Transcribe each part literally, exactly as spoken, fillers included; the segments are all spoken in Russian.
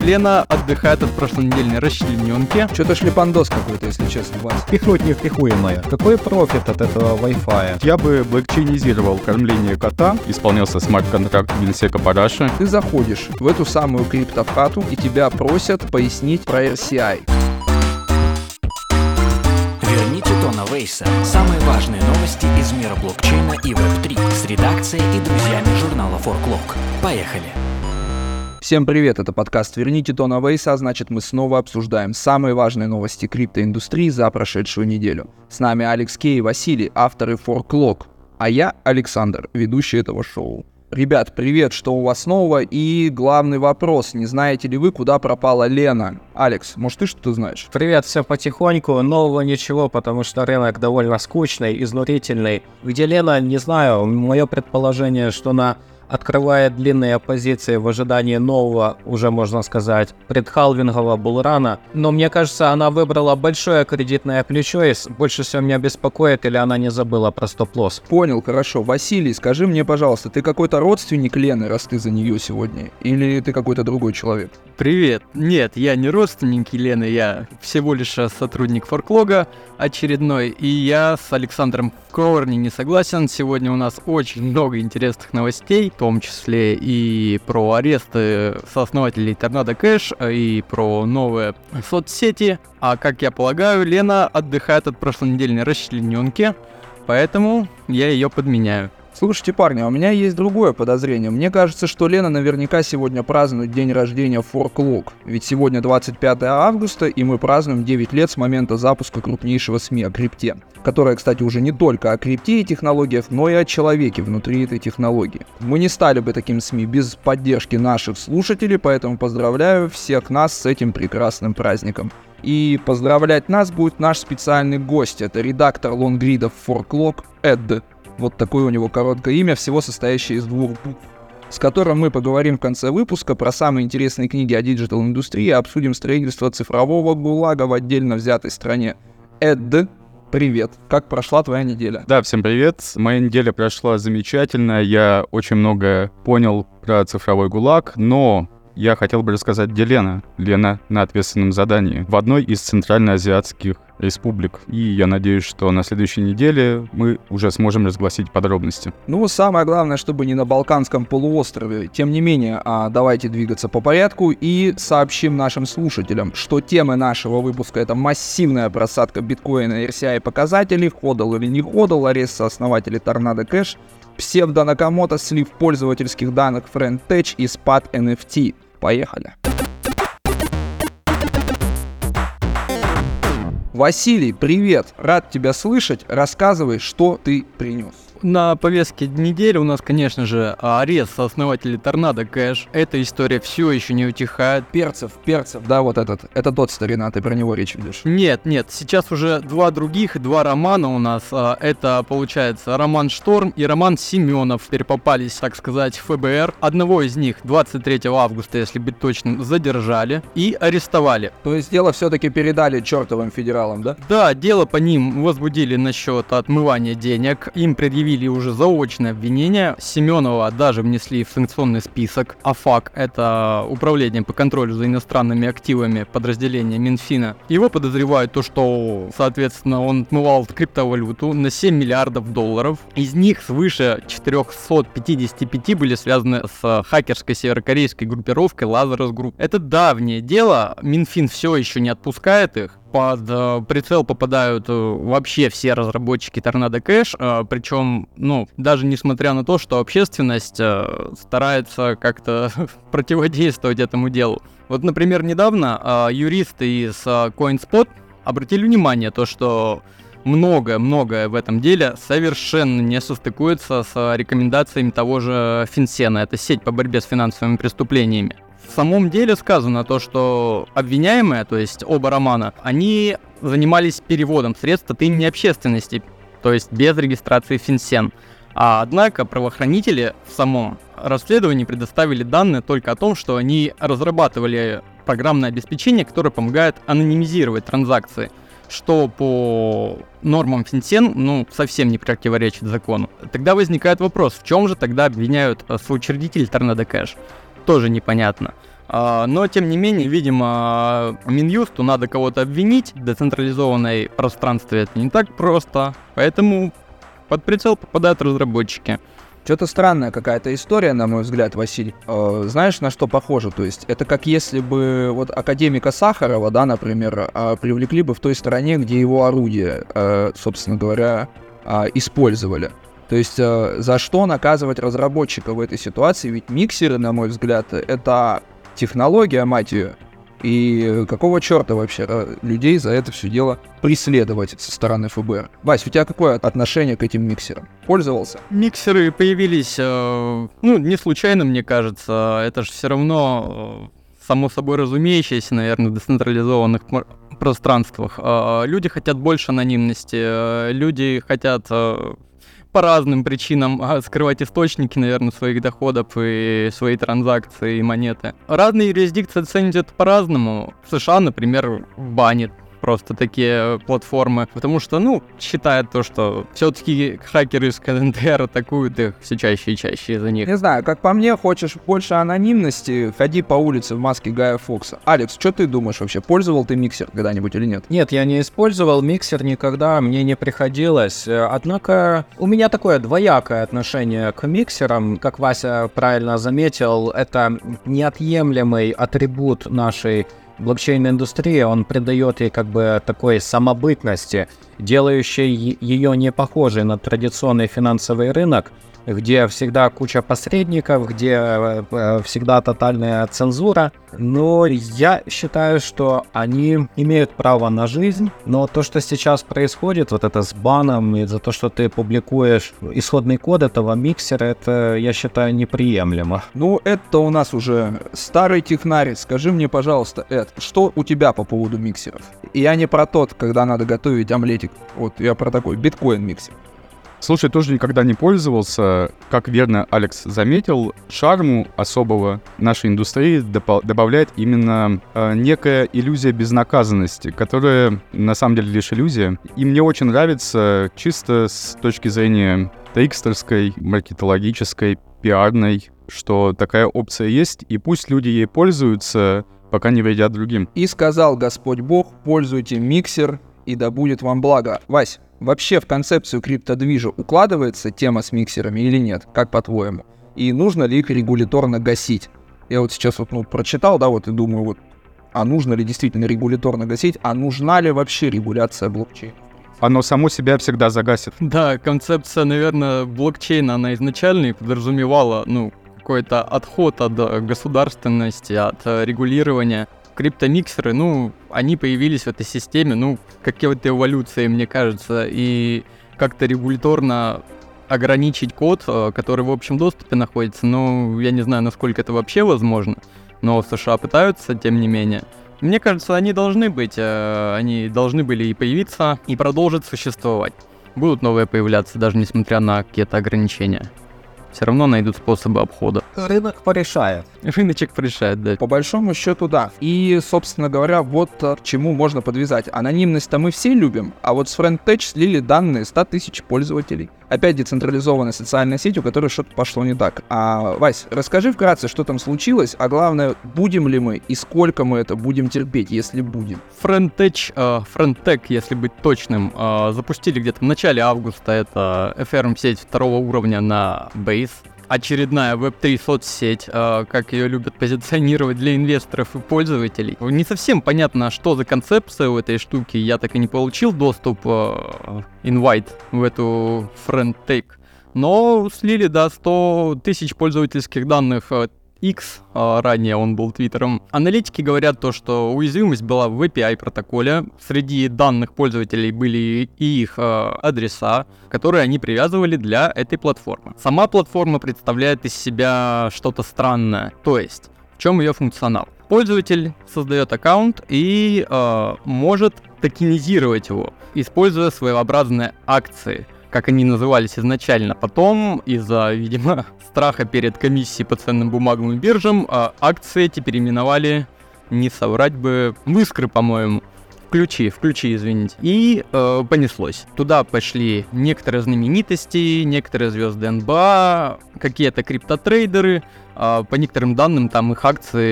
Лена отдыхает от прошлонедельной расчлененки. Что-то шлепандос какой-то, если честно, Вась. Пихнуть невпихуемое. Какой профит от этого Wi-Fi? Я бы блокчейнизировал кормление кота, исполнялся смарт-контракт Винсека Параши. Ты заходишь в эту самую криптохату, и тебя просят пояснить про эр си ай. Верните Тона Вейса. Самые важные новости из мира блокчейна и веб три с редакцией и друзьями журнала ForkLog. Поехали! Всем привет, это подкаст «Верните Тона Вейса», а значит мы снова обсуждаем самые важные новости криптоиндустрии за прошедшую неделю. С нами Алекс Кей и Василий, авторы ForkLog, а я Александр, ведущий этого шоу. Ребят, привет, что у вас нового? И главный вопрос, не знаете ли вы, куда пропала Лена? Алекс, может ты что-то знаешь? Привет, все потихоньку, нового ничего, потому что рынок довольно скучный, изнурительный. Где Лена, не знаю, мое предположение, что она открывает длинные позиции в ожидании нового, уже можно сказать, предхалвингового булрана. Но мне кажется, она выбрала большое кредитное плечо, и больше всего меня беспокоит, или она не забыла про стоп-лосс. Понял, хорошо. Василий, скажи мне, пожалуйста, ты какой-то родственник Лены, раз ты за нее сегодня? Или ты какой-то другой человек? Привет. Нет, я не родственник Елены, я всего лишь сотрудник ForkLog очередной, и я с Александром в корне не согласен. Сегодня у нас очень много интересных новостей, в том числе и про аресты сооснователей Торнадо Кэш, и про новые соцсети. А как я полагаю, Лена отдыхает от прошлонедельной расчлененки, поэтому я ее подменяю. Слушайте, парни, а у меня есть другое подозрение. Мне кажется, что Лена наверняка сегодня празднует день рождения ForkLog. Ведь сегодня двадцать пятое августа, и мы празднуем девять лет с момента запуска крупнейшего СМИ о крипте. Которая, кстати, уже не только о крипте и технологиях, но и о человеке внутри этой технологии. Мы не стали бы таким СМИ без поддержки наших слушателей, поэтому поздравляю всех нас с этим прекрасным праздником. И поздравлять нас будет наш специальный гость. Это редактор лонгридов ForkLog Эд. Вот такое у него короткое имя, всего состоящее из двух букв, с которым мы поговорим в конце выпуска про самые интересные книги о диджитал-индустрии и обсудим строительство цифрового ГУЛАГа в отдельно взятой стране. Эд, привет. Как прошла твоя неделя? Да, всем привет. Моя неделя прошла замечательно. Я очень много понял про цифровой ГУЛАГ, но я хотел бы рассказать, где Лена. Лена на ответственном задании в одной из центральноазиатских республик. И я надеюсь, что на следующей неделе мы уже сможем разгласить подробности. Ну, самое главное, чтобы не на Балканском полуострове. Тем не менее, а, давайте двигаться по порядку и сообщим нашим слушателям, что темы нашего выпуска — это массивная просадка биткоина, эр си ай показателей, ходл или не ходл, арест сооснователей Торнадо Кэш, псевдо-Накамото, слив пользовательских данных FriendTech и спад эн эф ти. Поехали. Василий, привет! Рад тебя слышать. Рассказывай, что ты принес. На повестке недели у нас, конечно же, арест сооснователей Торнадо Кэш. Эта история все еще не утихает. Перцев, Перцев, да, вот этот. Это тот старина, ты про него речь ведешь. Нет, нет, сейчас уже два других, два романа у нас. Это, получается, Роман Шторм и Роман Семенов. Теперь попались, так сказать, в эф бэ эр. Одного из них двадцать третьего августа, если быть точным, задержали и арестовали. То есть дело все-таки передали чертовым федералам, да? Да, дело по ним возбудили насчет отмывания денег. Им предъявили или уже заочное обвинение. Семенова даже внесли в санкционный список. АФАК — это Управление по контролю за иностранными активами подразделения Минфина. Его подозревают то, что, соответственно, он отмывал криптовалюту на семь миллиардов долларов. Из них свыше четыреста пятьдесят пять были связаны с хакерской северокорейской группировкой Lazarus Group. Это давнее дело. Минфин все еще не отпускает их. Под э, прицел попадают э, вообще все разработчики Торнадо Кэш, э, причем, ну, даже несмотря на то, что общественность э, старается как-то противодействовать этому делу. Вот, например, недавно э, юристы из э, CoinSpot обратили внимание то, что многое-многое в этом деле совершенно не состыкуется с рекомендациями того же Финсена, это сеть по борьбе с финансовыми преступлениями. В самом деле сказано то, что обвиняемые, то есть оба романа, они занимались переводом средств от имени общественности, то есть без регистрации Финсен. А однако правоохранители в самом расследовании предоставили данные только о том, что они разрабатывали программное обеспечение, которое помогает анонимизировать транзакции, что по нормам Финсен, ну, совсем не противоречит закону. Тогда возникает вопрос, в чем же тогда обвиняют соучредителей Торнадо Кэш? Тоже непонятно. А, но, тем не менее, видимо, Минюсту надо кого-то обвинить. В децентрализованной пространстве это не так просто. Поэтому под прицел попадают разработчики. Что-то странная какая-то история, на мой взгляд, Василий. Э, знаешь, на что похоже? То есть это как если бы вот академика Сахарова, да, например, э, привлекли бы в той стране, где его орудия, э, собственно говоря, э, использовали. То есть э, за что наказывать разработчика в этой ситуации? Ведь миксеры, на мой взгляд, это технология, мать ее. И какого черта вообще э, людей за это все дело преследовать со стороны эф бэ эр? Вась, у тебя какое отношение к этим миксерам? Пользовался? Миксеры появились, э, ну, не случайно, мне кажется. Это же все равно, э, само собой разумеющееся, наверное, в децентрализованных м- пространствах. Э, люди хотят больше анонимности, э, люди хотят... Э, по разным причинам скрывать источники, наверное, своих доходов и свои транзакции и монеты. Разные юрисдикции ценят это по-разному. В США, например, банят просто такие платформы, потому что, ну, считают то, что все-таки хакеры из ка эн дэ эр атакуют их все чаще и чаще из-за них. Не знаю, как по мне, хочешь больше анонимности, ходи по улице в маске Гая Фокса. Алекс, что ты думаешь вообще? Пользовал ты миксер когда-нибудь или нет? Нет, я не использовал миксер никогда, мне не приходилось. Однако у меня такое двоякое отношение к миксерам. Как Вася правильно заметил, это неотъемлемый атрибут нашей блокчейн-индустрии, он придает ей как бы такой самобытности, делающей ее не похожей на традиционный финансовый рынок, где всегда куча посредников, где э, всегда тотальная цензура. Но я считаю, что они имеют право на жизнь, но то, что сейчас происходит, вот это с баном, и за то, что ты публикуешь исходный код этого миксера, это, я считаю, неприемлемо. Ну, это у нас уже старый технарь. Скажи мне, пожалуйста, Эд, что у тебя по поводу миксеров? И я не про тот, когда надо готовить омлетик. Вот, я про такой биткоин-миксер. Слушай, тоже никогда не пользовался. Как верно Алекс заметил, шарму особого нашей индустрии допол- добавляет именно э, некая иллюзия безнаказанности, которая на самом деле лишь иллюзия. И мне очень нравится чисто с точки зрения трикстерской, маркетологической, пиарной, что такая опция есть, и пусть люди ей пользуются, пока не вредят другим. И сказал Господь Бог, пользуйте миксер, и да будет вам благо. Вась, вообще в концепцию криптодвижа укладывается тема с миксерами или нет? Как по-твоему? И нужно ли их регуляторно гасить? Я вот сейчас вот ну, прочитал, да, вот и думаю, вот, а нужно ли действительно регуляторно гасить? А нужна ли вообще регуляция блокчейна? Оно само себя всегда загасит. Да, концепция, наверное, блокчейна, она изначально подразумевала, ну, какой-то отход от государственности, от регулирования. Криптомиксеры, ну, они появились в этой системе, ну, какой-то эволюцией, мне кажется, и как-то регуляторно ограничить код, который в общем доступе находится, ну, я не знаю, насколько это вообще возможно, но в США пытаются, тем не менее. Мне кажется, они должны быть, они должны были и появиться, и продолжить существовать. Будут новые появляться, даже несмотря на какие-то ограничения. Все равно найдут способы обхода. Рынок порешает. Рыночек порешает, да. По большому счету, да. И, собственно говоря, вот к чему можно подвязать. Анонимность-то мы все любим, а вот с FriendTech слили данные ста тысяч пользователей. Опять децентрализованная социальная сеть, у которой что-то пошло не так. А, Вась, расскажи вкратце, что там случилось, а главное, будем ли мы и сколько мы это будем терпеть, если будем. FriendTech, э, FriendTech, если быть точным, э, запустили где-то в начале августа. Это эф эр эм-сеть второго уровня на Base. Очередная веб три соцсеть, э, как ее любят позиционировать для инвесторов и пользователей. Не совсем понятно, что за концепция у этой штуки. Я так и не получил доступ, э, инвайт в эту FriendTech. Но слили до сто тысяч пользовательских данных э, X, э, ранее он был твиттером. Аналитики говорят то, что уязвимость была в эй пи ай протоколе. Среди данных пользователей были и их э, адреса, которые они привязывали для этой платформы. Сама платформа представляет из себя что-то странное. То есть, в чем ее функционал? Пользователь создает аккаунт и э, может токенизировать его, используя своеобразные акции, как они назывались изначально. Потом, из-за, видимо, страха перед комиссией по ценным бумагам и биржам, акции эти переименовали, не соврать бы, в искры, по-моему. Включи, включи, извините. И э, понеслось. Туда пошли некоторые знаменитости, некоторые звезды эн бэ а, какие-то криптотрейдеры. Э, по некоторым данным, там их акции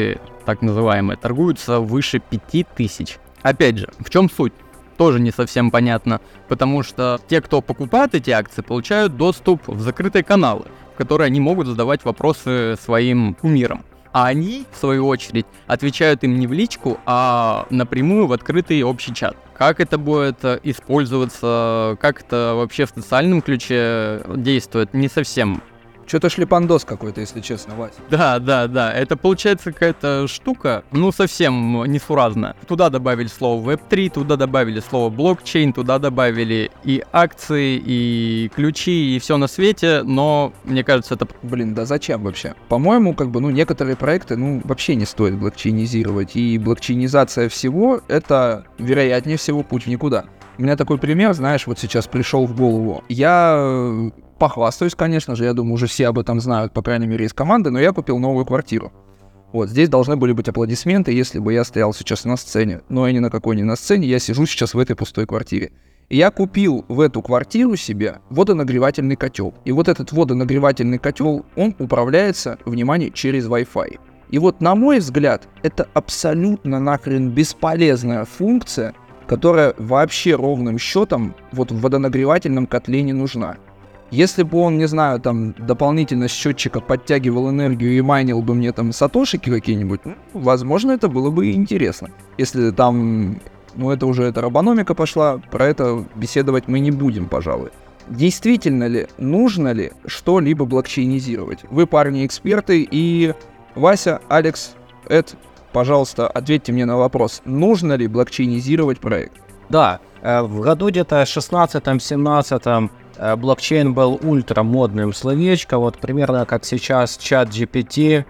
так называемые, торгуются выше пяти тысяч. Опять же, в чем суть? Тоже не совсем понятно, потому что те, кто покупает эти акции, получают доступ в закрытые каналы, в которые они могут задавать вопросы своим кумирам. А они, в свою очередь, отвечают им не в личку, а напрямую в открытый общий чат. Как это будет использоваться, как это вообще в социальном ключе действует, не совсем. Что-то шлепандос какой-то, если честно, Вась. Да, да, да, это получается какая-то штука, ну, совсем несуразная. Туда добавили слово веб три, туда добавили слово блокчейн, туда добавили и акции, и ключи, и все на свете, но, мне кажется, это... Блин, да зачем вообще? По-моему, как бы, ну, некоторые проекты, ну, вообще не стоит блокчейнизировать, и блокчейнизация всего — это, вероятнее всего, путь в никуда. У меня такой пример, знаешь, вот сейчас пришел в голову. Я... Похвастаюсь, конечно же, я думаю, уже все об этом знают, по крайней мере, из команды, но я купил новую квартиру. Вот, здесь должны были быть аплодисменты, если бы я стоял сейчас на сцене. Но я ни на какой не на сцене, я сижу сейчас в этой пустой квартире. И я купил в эту квартиру себе водонагревательный котел. И вот этот водонагревательный котел, он управляется, внимание, через Wi-Fi. И вот, на мой взгляд, это абсолютно нахрен бесполезная функция, которая вообще ровным счетом вот в водонагревательном котле не нужна. Если бы он, не знаю, там, дополнительно с счетчика подтягивал энергию и майнил бы мне там сатошики какие-нибудь, ну, возможно, это было бы интересно. Если там, ну, это уже эта робономика пошла, про это беседовать мы не будем, пожалуй. Действительно ли, нужно ли что-либо блокчейнизировать? Вы, парни, эксперты, и Вася, Алекс, Эд, пожалуйста, ответьте мне на вопрос, нужно ли блокчейнизировать проект? Да, в году где-то шестнадцатом-семнадцатом блокчейн был ультрамодным словечко, вот примерно как сейчас чат джи пи ти,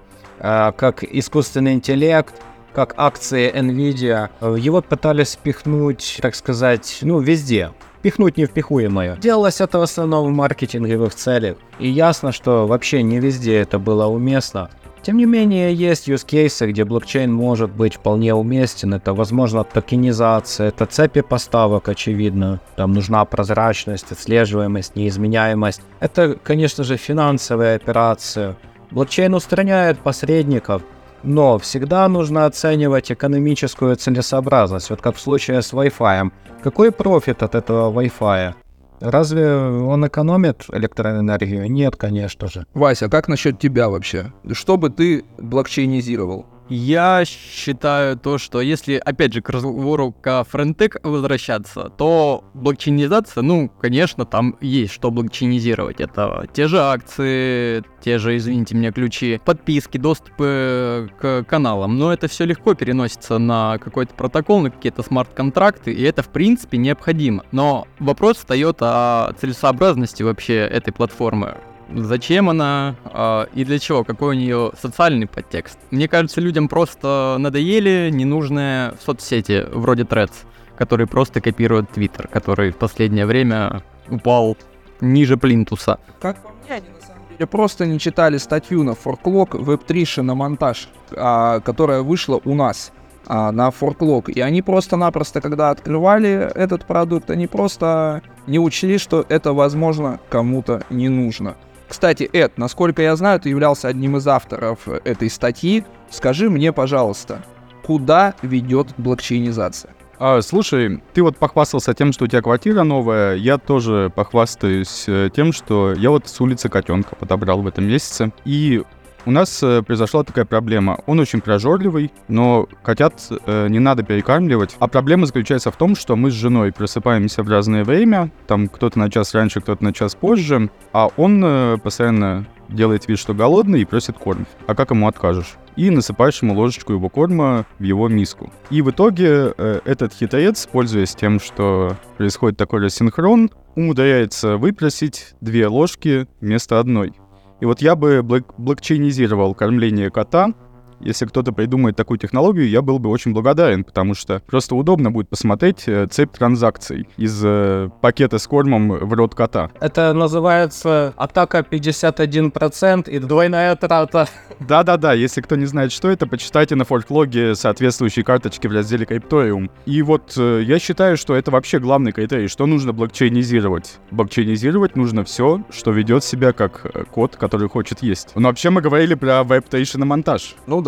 как искусственный интеллект, как акции Nvidia. Его пытались впихнуть, так сказать, ну, везде. Пихнуть невпихуемое. Делалось это в основном в маркетинговых целях. И ясно, что вообще не везде это было уместно. Тем не менее, есть use cases, где блокчейн может быть вполне уместен. Это, возможно, токенизация, это цепи поставок, очевидно. Там нужна прозрачность, отслеживаемость, неизменяемость. Это, конечно же, финансовые операции. Блокчейн устраняет посредников, но всегда нужно оценивать экономическую целесообразность. Вот как в случае с Wi-Fi. Какой профит от этого Wi-Fi? Разве он экономит электроэнергию? Нет, конечно же. Вася, как насчет тебя вообще? Что бы ты блокчейнизировал? Я считаю то, что если, опять же, к разговору к френдтек возвращаться, то блокчейнизация, ну, конечно, там есть что блокчейнизировать. Это те же акции, те же, извините меня, ключи, подписки, доступы к каналам. Но это все легко переносится на какой-то протокол, на какие-то смарт-контракты, и это, в принципе, необходимо. Но вопрос встает о целесообразности вообще этой платформы. Зачем она э, и для чего? Какой у нее социальный подтекст? Мне кажется, людям просто надоели ненужные соцсети вроде Threads, которые просто копируют Twitter, который в последнее время упал ниже плинтуса. Как по мне, они на самом деле просто не читали статью на форклог веб три шиномонтаж, а, которая вышла у нас а, на форклог. И они просто-напросто, когда открывали этот продукт, они просто не учли, что это, возможно, кому-то не нужно. Кстати, Эд, насколько я знаю, ты являлся одним из авторов этой статьи. Скажи мне, пожалуйста, куда ведет блокчейнизация? А, слушай, ты вот похвастался тем, что у тебя квартира новая. Я тоже похвастаюсь тем, что я вот с улицы котенка подобрал в этом месяце. И у нас э, произошла такая проблема. Он очень прожорливый, но котят э, не надо перекармливать. А проблема заключается в том, что мы с женой просыпаемся в разное время. Там кто-то на час раньше, кто-то на час позже. А он э, постоянно делает вид, что голодный, и просит корм. А как ему откажешь? И насыпаешь ему ложечку его корма в его миску. И в итоге э, этот хитрец, пользуясь тем, что происходит такой рассинхрон, умудряется выпросить две ложки вместо одной. И вот я бы блок- блокчейнизировал кормление кота. Если кто-то придумает такую технологию, я был бы очень благодарен, потому что просто удобно будет посмотреть э, цепь транзакций из э, пакета с кормом в рот кота. Это называется атака пятьдесят один процент и двойная трата. Да-да-да, если кто не знает, что это, почитайте на форклоге соответствующие карточки в разделе Cryptorium. И вот э, я считаю, что это вообще главный критерий, что нужно блокчейнизировать. Блокчейнизировать нужно все, что ведет себя как кот, который хочет есть. Но вообще мы говорили про веб три шиномонтаж. Ну да.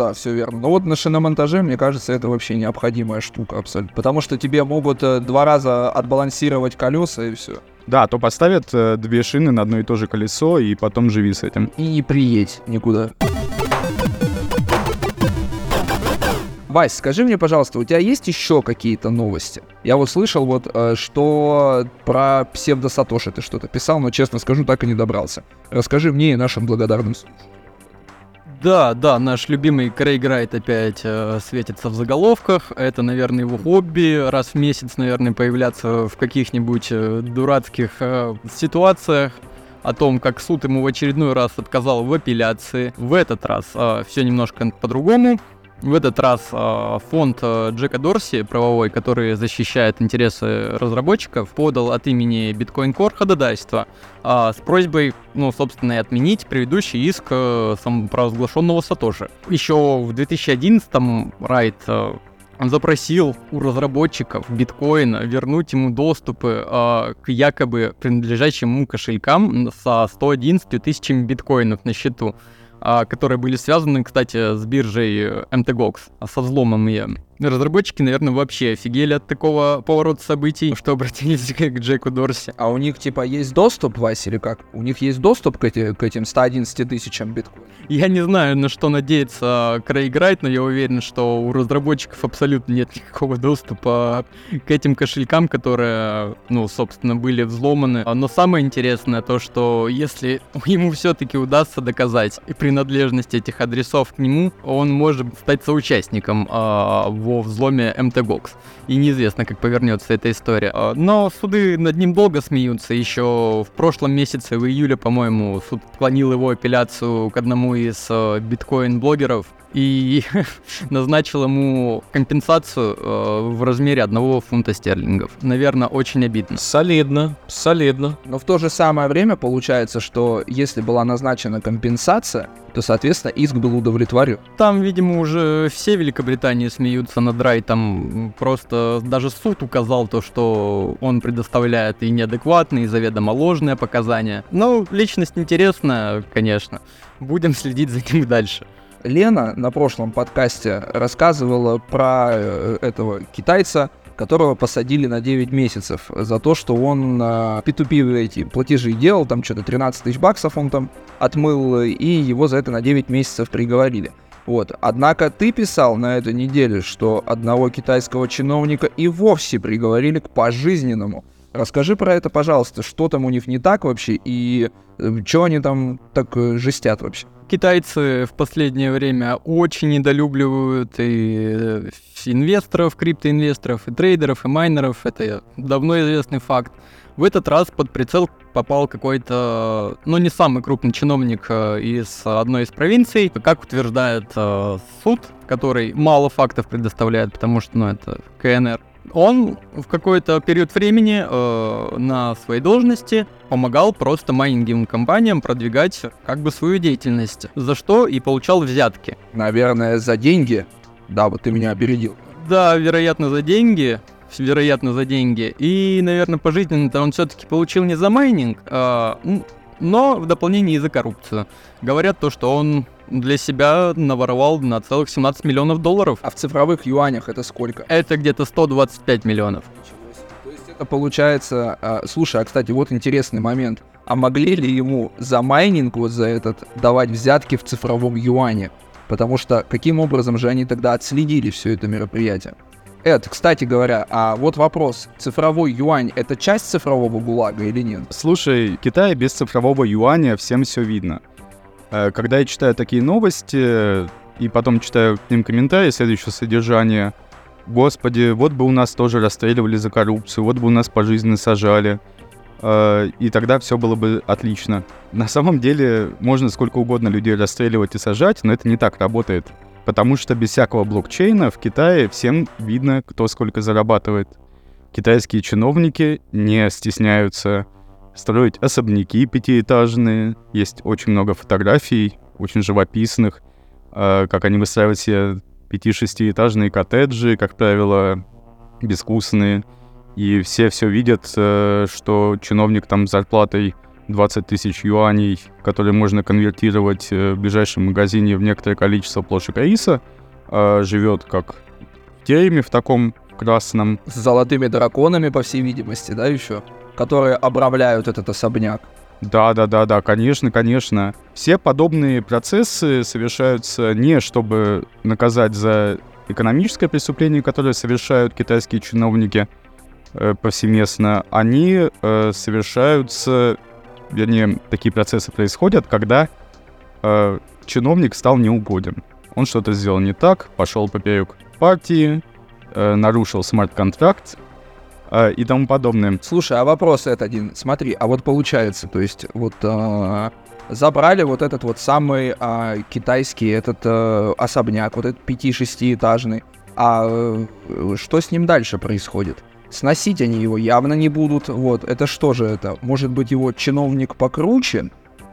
да, все верно. Но вот на шиномонтаже, мне кажется, это вообще необходимая штука абсолютно. Потому что тебе могут э, два раза отбалансировать колеса и все. Да, то поставят э, две шины на одно и то же колесо, и потом живи с этим. И не приедь никуда. Вась, скажи мне, пожалуйста, у тебя есть еще какие-то новости? Я вот слышал, вот, э, что про псевдо-сатоши ты что-то писал, но, честно скажу, так и не добрался. Расскажи мне и нашим благодарным слушателям. Да, да, наш любимый Крейг Райт опять э, светится в заголовках. Это, наверное, его хобби. Раз в месяц, наверное, появляться в каких-нибудь э, дурацких э, ситуациях о том, как суд ему в очередной раз отказал в апелляции. В этот раз э, все немножко по-другому. В этот раз э, фонд э, Джека Дорси, правовой, который защищает интересы разработчиков, подал от имени Bitcoin Core ходатайство э, с просьбой, ну, собственно, и отменить предыдущий иск э, самопровозглашенного Сатоши. Еще в две тысячи одиннадцатом Райт э, запросил у разработчиков биткоина вернуть ему доступы э, к якобы принадлежащим ему кошелькам со сто одиннадцатью тысячами биткоинов на счету, которые были связаны, кстати, с биржей эм тэ гокс, со взломом ее. Разработчики, наверное, вообще офигели от такого поворота событий, что обратились к Джеку Дорси. А у них, типа, есть доступ, Вася, или как? У них есть доступ к, эти, к этим ста одиннадцати тысячам биткоинов? Я не знаю, на что надеется Крейг Райт, но я уверен, что у разработчиков абсолютно нет никакого доступа к этим кошелькам, которые, ну, собственно, были взломаны. Но самое интересное то, что если ему все-таки удастся доказать принадлежность этих адресов к нему, он может стать соучастником а, во взломе эм тэ гокс. И неизвестно, как повернется эта история. А, но суды над ним долго смеются. Еще в прошлом месяце, в июле, по-моему, суд отклонил его апелляцию к одному из а, биткоин-блогеров и назначил ему компенсацию э, в размере одного фунта стерлингов. Наверное, очень обидно. Солидно, солидно. Но в то же самое время получается, что если была назначена компенсация, то, соответственно, иск был удовлетворен. Там, видимо, уже все в Великобритании смеются над Райтом. Просто даже суд указал то, что он предоставляет и неадекватные, и заведомо ложные показания. Но личность интересная, конечно. Будем следить за ним дальше. Лена на прошлом подкасте рассказывала про э, этого китайца, которого посадили на девять месяцев за то, что он э, пи ту пи эти платежи делал, там что-то тринадцать тысяч баксов он там отмыл, и его за это на девять месяцев приговорили. Вот. Однако ты писал на этой неделе, что одного китайского чиновника и вовсе приговорили к пожизненному. Расскажи про это, пожалуйста, что там у них не так вообще, и э, что они там так э, жестят вообще? Китайцы в последнее время очень недолюбливают и инвесторов, криптоинвесторов, и трейдеров, и майнеров. Это давно известный факт. В этот раз под прицел попал какой-то, ну, не самый крупный чиновник из одной из провинций. Как утверждает э, суд, который мало фактов предоставляет, потому что, ну, это ка эн эр. Он в какой-то период времени э, на своей должности помогал просто майнинговым компаниям продвигать как бы свою деятельность, за что и получал взятки. Наверное, за деньги? Да, вот ты меня опередил. Да, вероятно, за деньги. Вероятно, за деньги. И, наверное, пожизненно-то он все-таки получил не за майнинг, а, но в дополнение и за коррупцию. Говорят то, что он для себя наворовал на целых семнадцать миллионов долларов. А в цифровых юанях это сколько? Это где-то сто двадцать пять миллионов. То есть это получается... А, слушай, а, кстати, вот интересный момент. А могли ли ему за майнинг вот за этот давать взятки в цифровом юане? Потому что каким образом же они тогда отследили все это мероприятие? Эд, кстати говоря, а вот вопрос. Цифровой юань — это часть цифрового ГУЛАГа или нет? Слушай, в Китае без цифрового юаня всем все видно. Когда я читаю такие новости и потом читаю к ним комментарии следующего содержания: «Господи, вот бы у нас тоже расстреливали за коррупцию, вот бы у нас пожизненно сажали», и тогда все было бы отлично. На самом деле можно сколько угодно людей расстреливать и сажать, но это не так работает. Потому что без всякого блокчейна в Китае всем видно, кто сколько зарабатывает. Китайские чиновники не стесняются строить особняки пятиэтажные. Есть очень много фотографий, очень живописных, как они выстраивают себе пяти-шестиэтажные коттеджи, как правило, безвкусные. И все все видят, что чиновник там с зарплатой двадцать тысяч юаней, которые можно конвертировать в ближайшем магазине в некоторое количество плошек риса, живет как в тереме в таком красном. С золотыми драконами, по всей видимости, да, еще? Которые обрамляют этот особняк. Да-да-да-да, конечно, конечно. Все подобные процессы совершаются не чтобы наказать за экономическое преступление, которое совершают китайские чиновники э, повсеместно. Они э, совершаются, вернее, такие процессы происходят, когда э, чиновник стал неугоден. Он что-то сделал не так, пошел поперек партии, э, нарушил смарт-контракт, и тому подобное. Слушай, а вопрос этот один. Смотри, а вот получается, то есть вот э, забрали вот этот вот самый э, китайский этот э, особняк, вот этот пяти-шестиэтажный. А э, что с ним дальше происходит? Сносить они его явно не будут. Вот, это что же это? Может быть, его чиновник покруче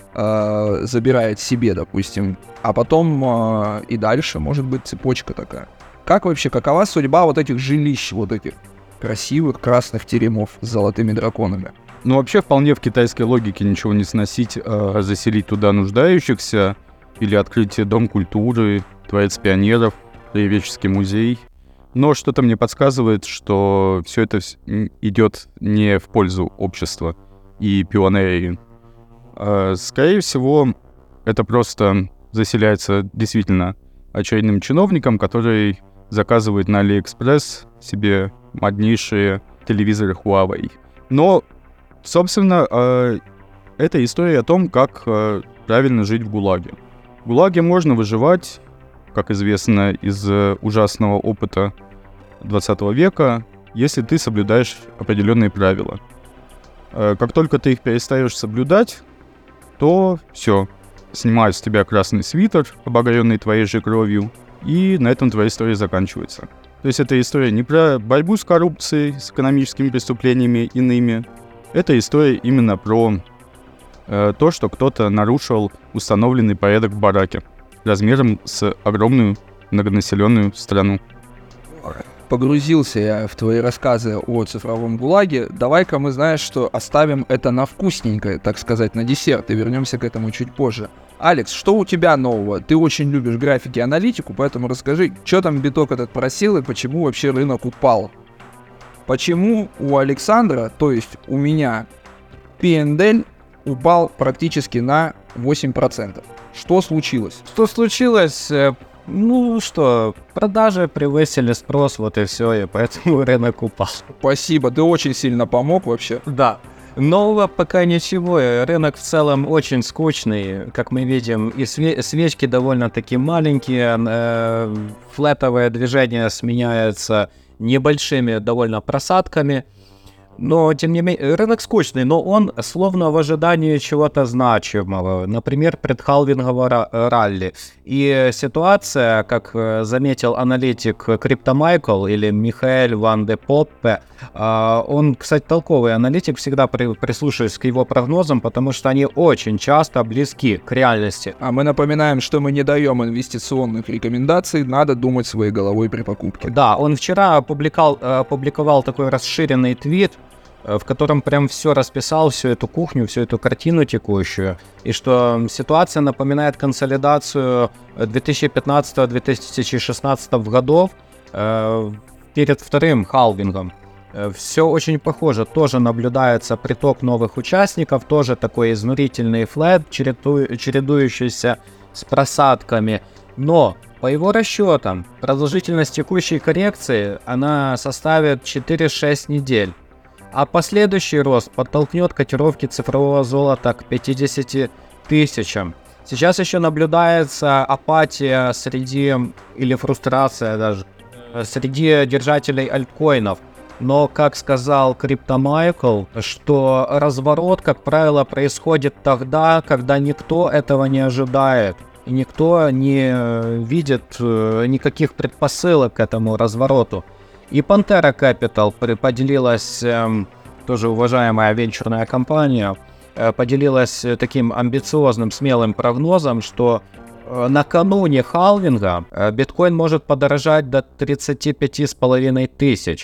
э, забирает себе, допустим, а потом э, и дальше, может быть, цепочка такая. Как вообще, какова судьба вот этих жилищ, вот этих красивых красных теремов с золотыми драконами? Ну, вообще, вполне в китайской логике ничего не сносить, а заселить туда нуждающихся, или открыть дом культуры, дворец пионеров, краеведческий музей. Но что-то мне подсказывает, что все это идет не в пользу общества и пионерии. А, скорее всего, это просто заселяется действительно очередным чиновником, который заказывает на Алиэкспресс себе моднейшие телевизоры Huawei. Но, собственно, э, это история о том, как э, правильно жить в ГУЛАГе. В ГУЛАГе можно выживать, как известно из э, ужасного опыта двадцатого века, если ты соблюдаешь определенные правила. Э, как только ты их перестаешь соблюдать, то все, снимают с тебя красный свитер, обогренный твоей же кровью, и на этом твоя история заканчивается. То есть это история не про борьбу с коррупцией, с экономическими преступлениями иными. Это история именно про э, то, что кто-то нарушил установленный порядок в бараке размером с огромную многонаселенную страну. Погрузился я в твои рассказы о цифровом ГУЛАГе. Давай-ка мы, знаешь, что оставим это на вкусненькое, так сказать, на десерт, и вернемся к этому чуть позже. Алекс, что у тебя нового? Ты очень любишь графики и аналитику, поэтому расскажи, что там биток этот просел и почему вообще рынок упал? Почему у Александра, то есть у меня, пи энд эл упал практически на восемь процентов? Что случилось? Что случилось? Ну что, продажи превысили спрос, вот и все, и поэтому рынок упал. Спасибо, ты очень сильно помог вообще. Да. Нового пока ничего, рынок в целом очень скучный, как мы видим, и све- свечки довольно-таки маленькие, э- флетовое движение сменяется небольшими довольно просадками, но тем не менее рынок скучный, но он словно в ожидании чего-то значимого, например, предхалвингового ралли. И ситуация, как заметил аналитик Криптомайкл или Михаэль Ван де Поппе, он, кстати, толковый аналитик, всегда при, прислушиваюсь к его прогнозам, потому что они очень часто близки к реальности. А мы напоминаем, что мы не даем инвестиционных рекомендаций, надо думать своей головой при покупке. Да, он вчера опубликовал, опубликовал такой расширенный твит, в котором прям все расписал, всю эту кухню, всю эту картину текущую, и что ситуация напоминает консолидацию две тысячи пятнадцатого - две тысячи шестнадцатого годов э, перед вторым халвингом. Э, все очень похоже, тоже наблюдается приток новых участников, тоже такой изнурительный флэт, череду, чередующийся с просадками, но по его расчетам продолжительность текущей коррекции, она составит четыре-шесть недель. А последующий рост подтолкнет котировки цифрового золота к пятидесяти тысячам. Сейчас еще наблюдается апатия среди, или фрустрация даже, среди держателей альткоинов. Но, как сказал Криптомайкл, что разворот, как правило, происходит тогда, когда никто этого не ожидает. И никто не видит никаких предпосылок к этому развороту. И Pantera Capital поделилась, э, тоже уважаемая венчурная компания, э, поделилась таким амбициозным, смелым прогнозом, что э, накануне халвинга э, биткоин может подорожать до тридцати пяти с половиной тысяч.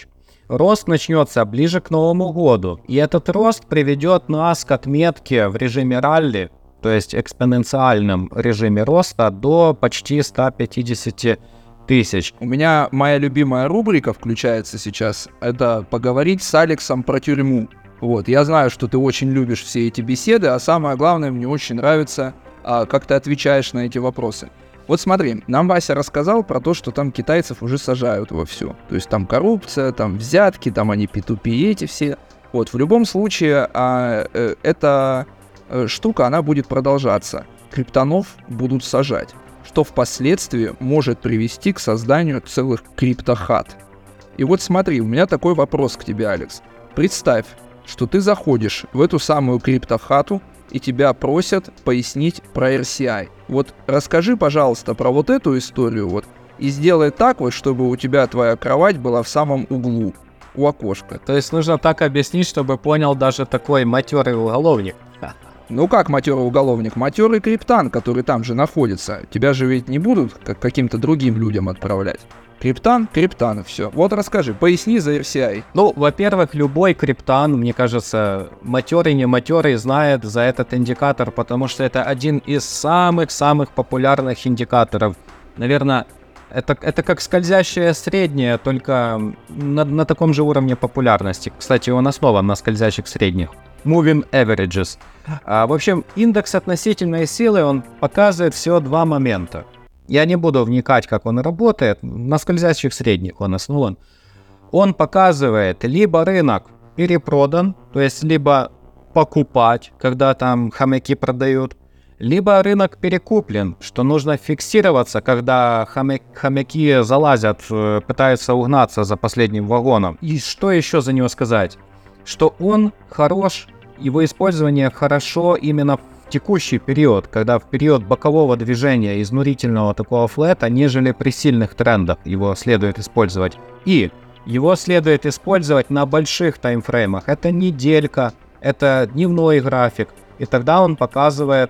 Рост начнется ближе к Новому году, и этот рост приведет нас к отметке в режиме ралли, то есть экспоненциальном режиме роста, до почти ста пятидесяти тысяч. У меня моя любимая рубрика включается сейчас. Это поговорить с Алексом про тюрьму. Вот, я знаю, что ты очень любишь все эти беседы, а самое главное, мне очень нравится, а, как ты отвечаешь на эти вопросы. Вот смотри, нам Вася рассказал про то, что там китайцев уже сажают вовсю. То есть там коррупция, там взятки, там они пи ту пи эти все. Вот, в любом случае, а, э, эта э, штука, она будет продолжаться. Криптонов будут сажать, что впоследствии может привести к созданию целых криптохат. И вот смотри, у меня такой вопрос к тебе, Алекс. Представь, что ты заходишь в эту самую криптохату, и тебя просят пояснить про эр си ай. Вот расскажи, пожалуйста, про вот эту историю, вот, и сделай так вот, чтобы у тебя твоя кровать была в самом углу, у окошка. То есть нужно так объяснить, чтобы понял даже такой матерый уголовник. Ну как матерый уголовник? Матерый криптан, который там же находится. Тебя же ведь не будут как каким-то другим людям отправлять. Криптан, криптан, все. Вот расскажи, поясни за эр си ай. Ну, во-первых, любой криптан, мне кажется, матерый, не матерый, знает за этот индикатор, потому что это один из самых-самых популярных индикаторов. Наверное, это, это как скользящее среднее, только на, на таком же уровне популярности. Кстати, он основан на скользящих средних. Moving Averages. А, в общем, индекс относительной силы, он показывает всего два момента. Я не буду вникать, как он работает, на скользящих средних он основан. Он показывает, либо рынок перепродан, то есть либо покупать, когда там хомяки продают, либо рынок перекуплен, что нужно фиксироваться, когда хомя- хомяки залазят, пытаются угнаться за последним вагоном. И что еще за него сказать? Что он хорош, его использование хорошо именно в текущий период, когда в период бокового движения изнурительного такого флета, нежели при сильных трендах его следует использовать. И его следует использовать на больших таймфреймах. Это неделька, это дневной график. И тогда он показывает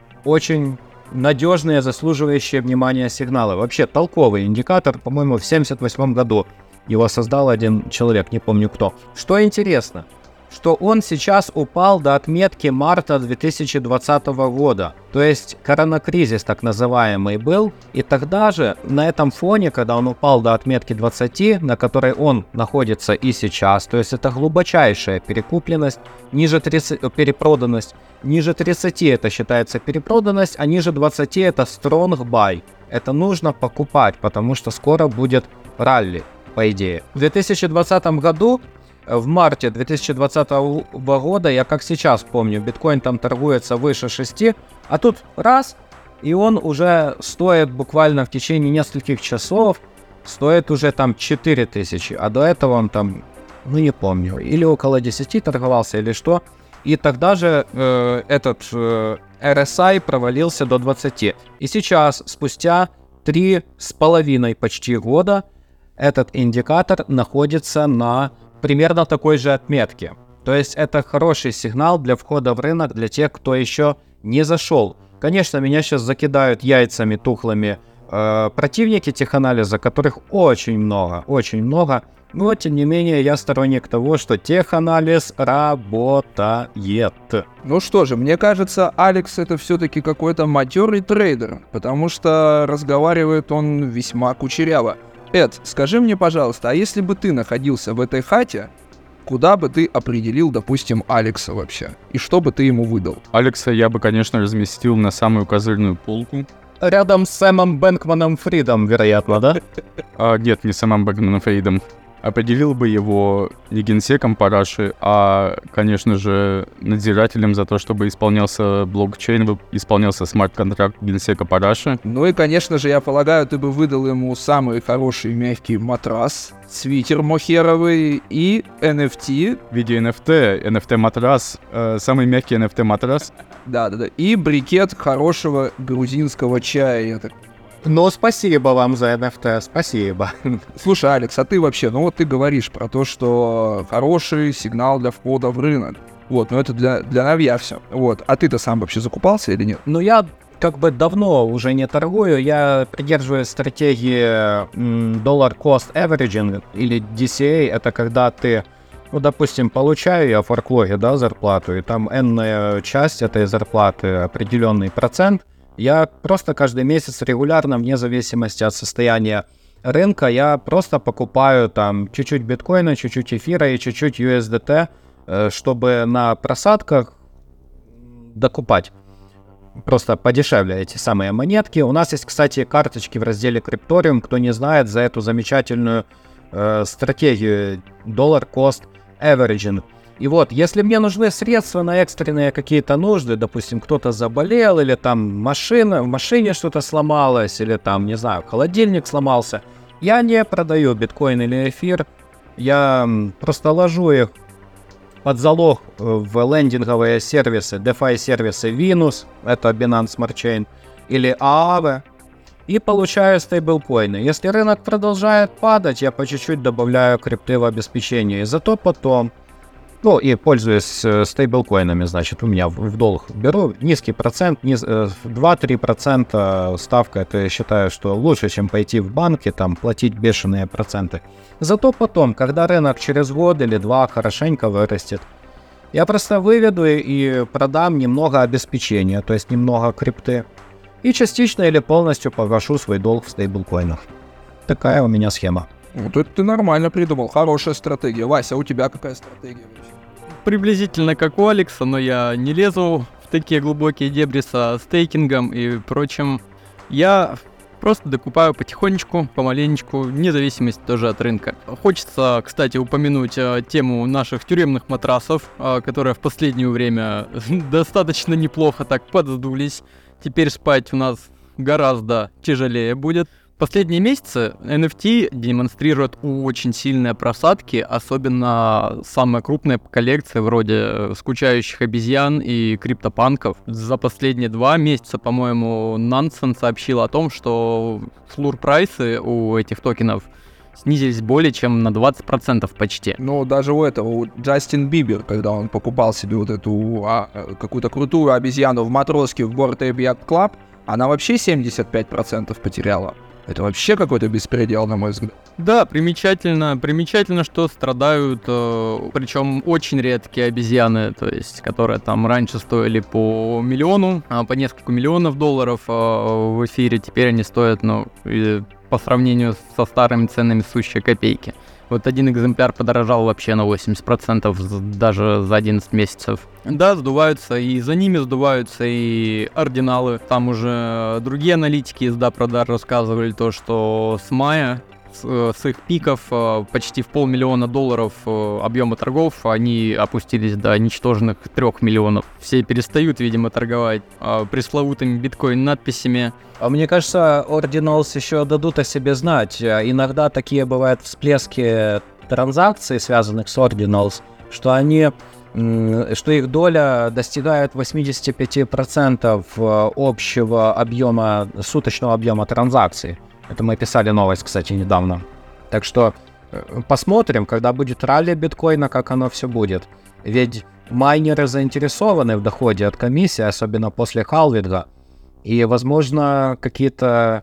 очень надежные, заслуживающие внимания сигналы. Вообще толковый индикатор, по-моему, в семьдесят восьмом году его создал один человек, не помню кто. Что интересно, что он сейчас упал до отметки марта две тысячи двадцатого года. То есть коронакризис так называемый был. И тогда же на этом фоне, когда он упал до отметки двадцати, на которой он находится и сейчас, то есть это глубочайшая перекупленность, ниже тридцати, перепроданность, ниже тридцати это считается перепроданность, а ниже двадцати это strong buy. Это нужно покупать, потому что скоро будет ралли, по идее. В две тысячи двадцатом году, в марте две тысячи двадцатого года, я как сейчас помню, биткоин там торгуется выше шести, а тут раз, и он уже стоит буквально в течение нескольких часов, стоит уже там четыре тысячи, а до этого он там, ну не помню, или около десяти торговался, или что. И тогда же э, этот э, эр эс ай провалился до двадцати. И сейчас, спустя три с половиной почти года, этот индикатор находится на примерно такой же отметке. То есть это хороший сигнал для входа в рынок для тех, кто еще не зашел. Конечно, меня сейчас закидают яйцами тухлыми э, противники теханализа, которых очень много, очень много. Но, тем не менее, я сторонник того, что теханализ работает. Ну что же, мне кажется, Алекс это все-таки какой-то матерый трейдер, потому что разговаривает он весьма кучеряво. Эд, скажи мне, пожалуйста, а если бы ты находился в этой хате, куда бы ты определил, допустим, Алекса вообще? И что бы ты ему выдал? Алекса я бы, конечно, разместил на самую козырную полку. Рядом с Сэмом Бэнкманом Фридом, вероятно, да? А, нет, не самым Бэнкманом Фридом. Определил бы его не генсеком параши, а, конечно же, надзирателем за то, чтобы исполнялся блокчейн, исполнялся смарт-контракт генсека параши. Ну и, конечно же, я полагаю, ты бы выдал ему самый хороший мягкий матрас, свитер мохеровый и эн эф ти. В виде эн эф ти, эн эф ти-матрас, э, самый мягкий эн эф ти-матрас. Да-да-да, и брикет хорошего грузинского чая, я так. Ну, спасибо вам за эн эф ти, спасибо. Слушай, Алекс, а ты вообще, ну вот ты говоришь про то, что хороший сигнал для входа в рынок. Вот, ну это для, для новья все. Вот, а ты-то сам вообще закупался или нет? Ну, я как бы давно уже не торгую, я придерживаюсь стратегии м, Dollar Cost Averaging или ди си эй. Это когда ты, ну, допустим, получаю я в форклоге, да, зарплату, и там энная часть этой зарплаты, определенный процент, я просто каждый месяц регулярно, вне зависимости от состояния рынка, я просто покупаю там чуть-чуть биткоина, чуть-чуть эфира и чуть-чуть ю эс ди ти, чтобы на просадках докупать просто подешевле эти самые монетки. У нас есть, кстати, карточки в разделе Cryptorium, кто не знает, за эту замечательную э, стратегию Dollar Cost Averaging. И вот, если мне нужны средства на экстренные какие-то нужды, допустим, кто-то заболел, или там машина, в машине что-то сломалось, или там, не знаю, холодильник сломался, я не продаю биткоин или эфир, я просто ложу их под залог в лендинговые сервисы, DeFi сервисы Venus, это Binance Smart Chain, или Aave, и получаю стейблкоины. Если рынок продолжает падать, я по чуть-чуть добавляю крипты в обеспечение, и зато потом, ну и пользуюсь стейблкоинами, значит, у меня в, в долг беру низкий процент, низ, два-три процента ставка, это я считаю, что лучше, чем пойти в банки, там, платить бешеные проценты. Зато потом, когда рынок через год или два хорошенько вырастет, я просто выведу и продам немного обеспечения, то есть немного крипты, и частично или полностью погашу свой долг в стейблкоинах. Такая у меня схема. Вот это ты нормально придумал, хорошая стратегия. Вася, а у тебя какая стратегия? Приблизительно как у Алекса, но я не лезу в такие глубокие дебри со стейкингом и прочим. Я просто докупаю потихонечку, помаленечку, вне зависимости тоже от рынка. Хочется, кстати, упомянуть э, тему наших тюремных матрасов, э, которые в последнее время достаточно неплохо так подсдулись. Теперь спать у нас гораздо тяжелее будет. Последние месяцы эн эф ти демонстрируют очень сильные просадки, особенно самые крупные коллекции вроде скучающих обезьян и криптопанков. За последние два месяца, по-моему, Nansen сообщил о том, что флур-прайсы у этих токенов снизились более чем на двадцать процентов почти. Ну, даже у этого, у Джастин Бибер, когда он покупал себе вот эту а, какую-то крутую обезьяну в матроске в Bored Ape Yacht Club, она вообще семьдесят пять процентов потеряла. Это вообще какой-то беспредел, на мой взгляд. Да, примечательно, примечательно, что страдают, э, причем очень редкие обезьяны, то есть, которые там раньше стоили по миллиону, а по несколько миллионов долларов э, в эфире, теперь они стоят, ну, и по сравнению со старыми ценами сущие копейки. Вот один экземпляр подорожал вообще на восемьдесят процентов даже за одиннадцать месяцев. Да, сдуваются, и за ними сдуваются и ординалы. Там уже другие аналитики из DaProDar рассказывали то, что с мая, с, с их пиков почти в полмиллиона долларов объема торгов, они опустились до ничтожных трех миллионов. Все перестают, видимо, торговать пресловутыми биткоин-надписями. А мне кажется, Ordinals еще дадут о себе знать. Иногда такие бывают всплески транзакций, связанных с Ordinals, что они, что их доля достигает восемьдесят пять процентов общего объема, суточного объема транзакций. Это мы писали новость, кстати, недавно. Так что посмотрим, когда будет ралли биткоина, как оно все будет. Ведь майнеры заинтересованы в доходе от комиссии, особенно после халвинга. И, возможно, какие-то,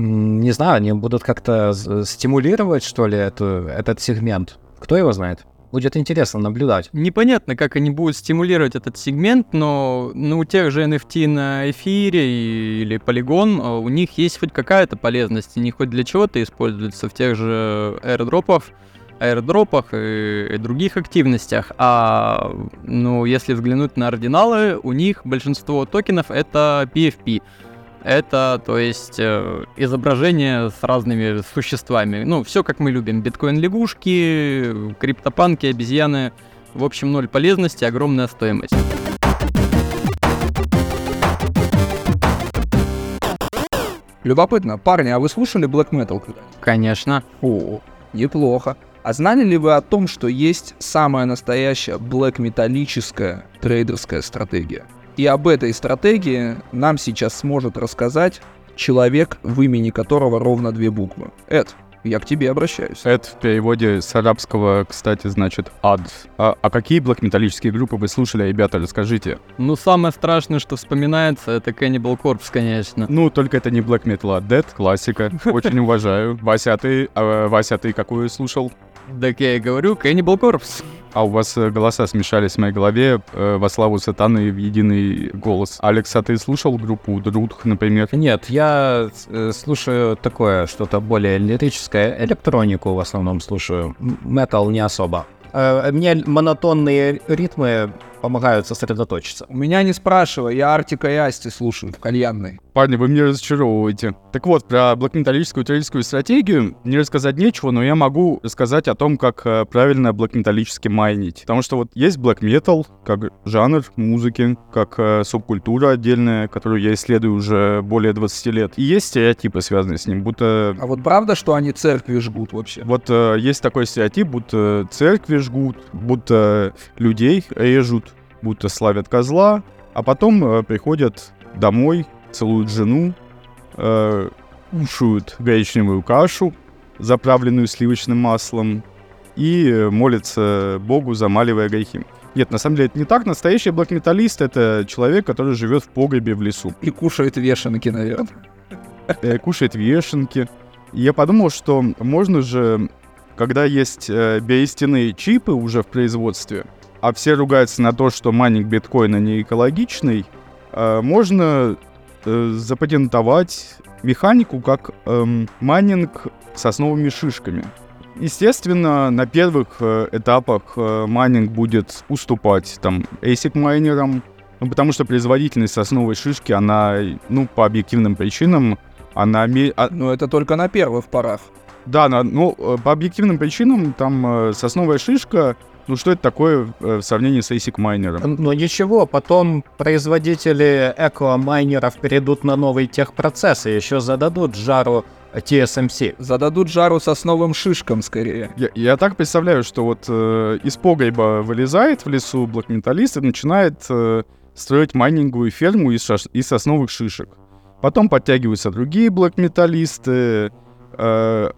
не знаю, они будут как-то стимулировать, что ли, эту, этот сегмент. Кто его знает? Будет интересно наблюдать. Непонятно, как они будут стимулировать этот сегмент, но ну, у тех же эн эф ти на эфире или Polygon, у них есть хоть какая-то полезность, они хоть для чего-то используются в тех же airdropах, airdropах и, и других активностях. А ну, если взглянуть на ординалы, у них большинство токенов это пи эф пи. Это, то есть, э, изображение с разными существами. Ну, все как мы любим. Биткоин-лягушки, криптопанки, обезьяны. В общем, ноль полезности, огромная стоимость. Любопытно. Парни, а вы слушали Black Metal когда-нибудь? Конечно. О, неплохо. А знали ли вы о том, что есть самая настоящая блэк-металлическая трейдерская стратегия? И об этой стратегии нам сейчас сможет рассказать человек, в имени которого ровно две буквы. Эд, Я к тебе обращаюсь. Это в переводе с арабского, кстати, значит ад. А, а какие блэк-металлические группы вы слушали, ребята, расскажите? Ну, самое страшное, что вспоминается, это Cannibal Corpse, конечно. Ну, только это не блэк метал, а Dead, классика. Очень уважаю. Вася, а ты, а, Вася, а ты какую слушал? Так я и говорю, Cannibal Corpse. А у вас э, голоса смешались в моей голове э, во славу сатаны в единый голос. Алекс, а ты слушал группу Друдх, например? Нет, я э, слушаю такое, что-то более лирическое, электронику в основном слушаю, метал не особо. Э, мне монотонные ритмы помогают сосредоточиться. У меня не спрашивай, я Артика и Асти слушаю в кальянной. Парни, вы меня разочаровываете. Так вот, про блэк-металлическую террористскую стратегию не рассказать нечего, но я могу рассказать о том, как э, правильно блэк-металлически майнить. Потому что вот есть блэк-метал как жанр музыки, как э, субкультура отдельная, которую я исследую уже более двадцати лет. И есть стереотипы, связанные с ним, будто... А вот правда, что они церкви жгут вообще? Вот э, есть такой стереотип, будто церкви жгут, будто людей режут, будто славят козла, а потом э, приходят домой, целуют жену, э, кушают гречневую кашу, заправленную сливочным маслом, и э, молятся Богу, замаливая грехи. Нет, на самом деле это не так. Настоящий блэк-металлист — это человек, который живет в погребе в лесу. И кушает вешенки, наверное. Э, кушает вешенки. И я подумал, что можно же, когда есть э, берестяные чипы уже в производстве, а все ругаются на то, что майнинг биткоина не экологичный, э, можно э, запатентовать механику как э, майнинг сосновыми шишками. Естественно, на первых э, этапах э, майнинг будет уступать там эйсик майнерам, ну, потому что производительность сосновой шишки, она, ну, по объективным причинам, она... Ме... а- Но это только на первых порах. Да, на- ну, э, по объективным причинам, там э, сосновая шишка, ну, что это такое э, в сравнении с эйсик майнером? Но ничего, потом производители эко-майнеров перейдут на новый техпроцесс и еще зададут жару ти эс эм си. Зададут жару сосновым шишкам скорее. Я, я так представляю, что вот э, из погреба вылезает в лесу блэк-металлист и начинает э, строить майнинговую ферму из, шаш- из сосновых шишек. Потом подтягиваются другие блэк-металлисты, э,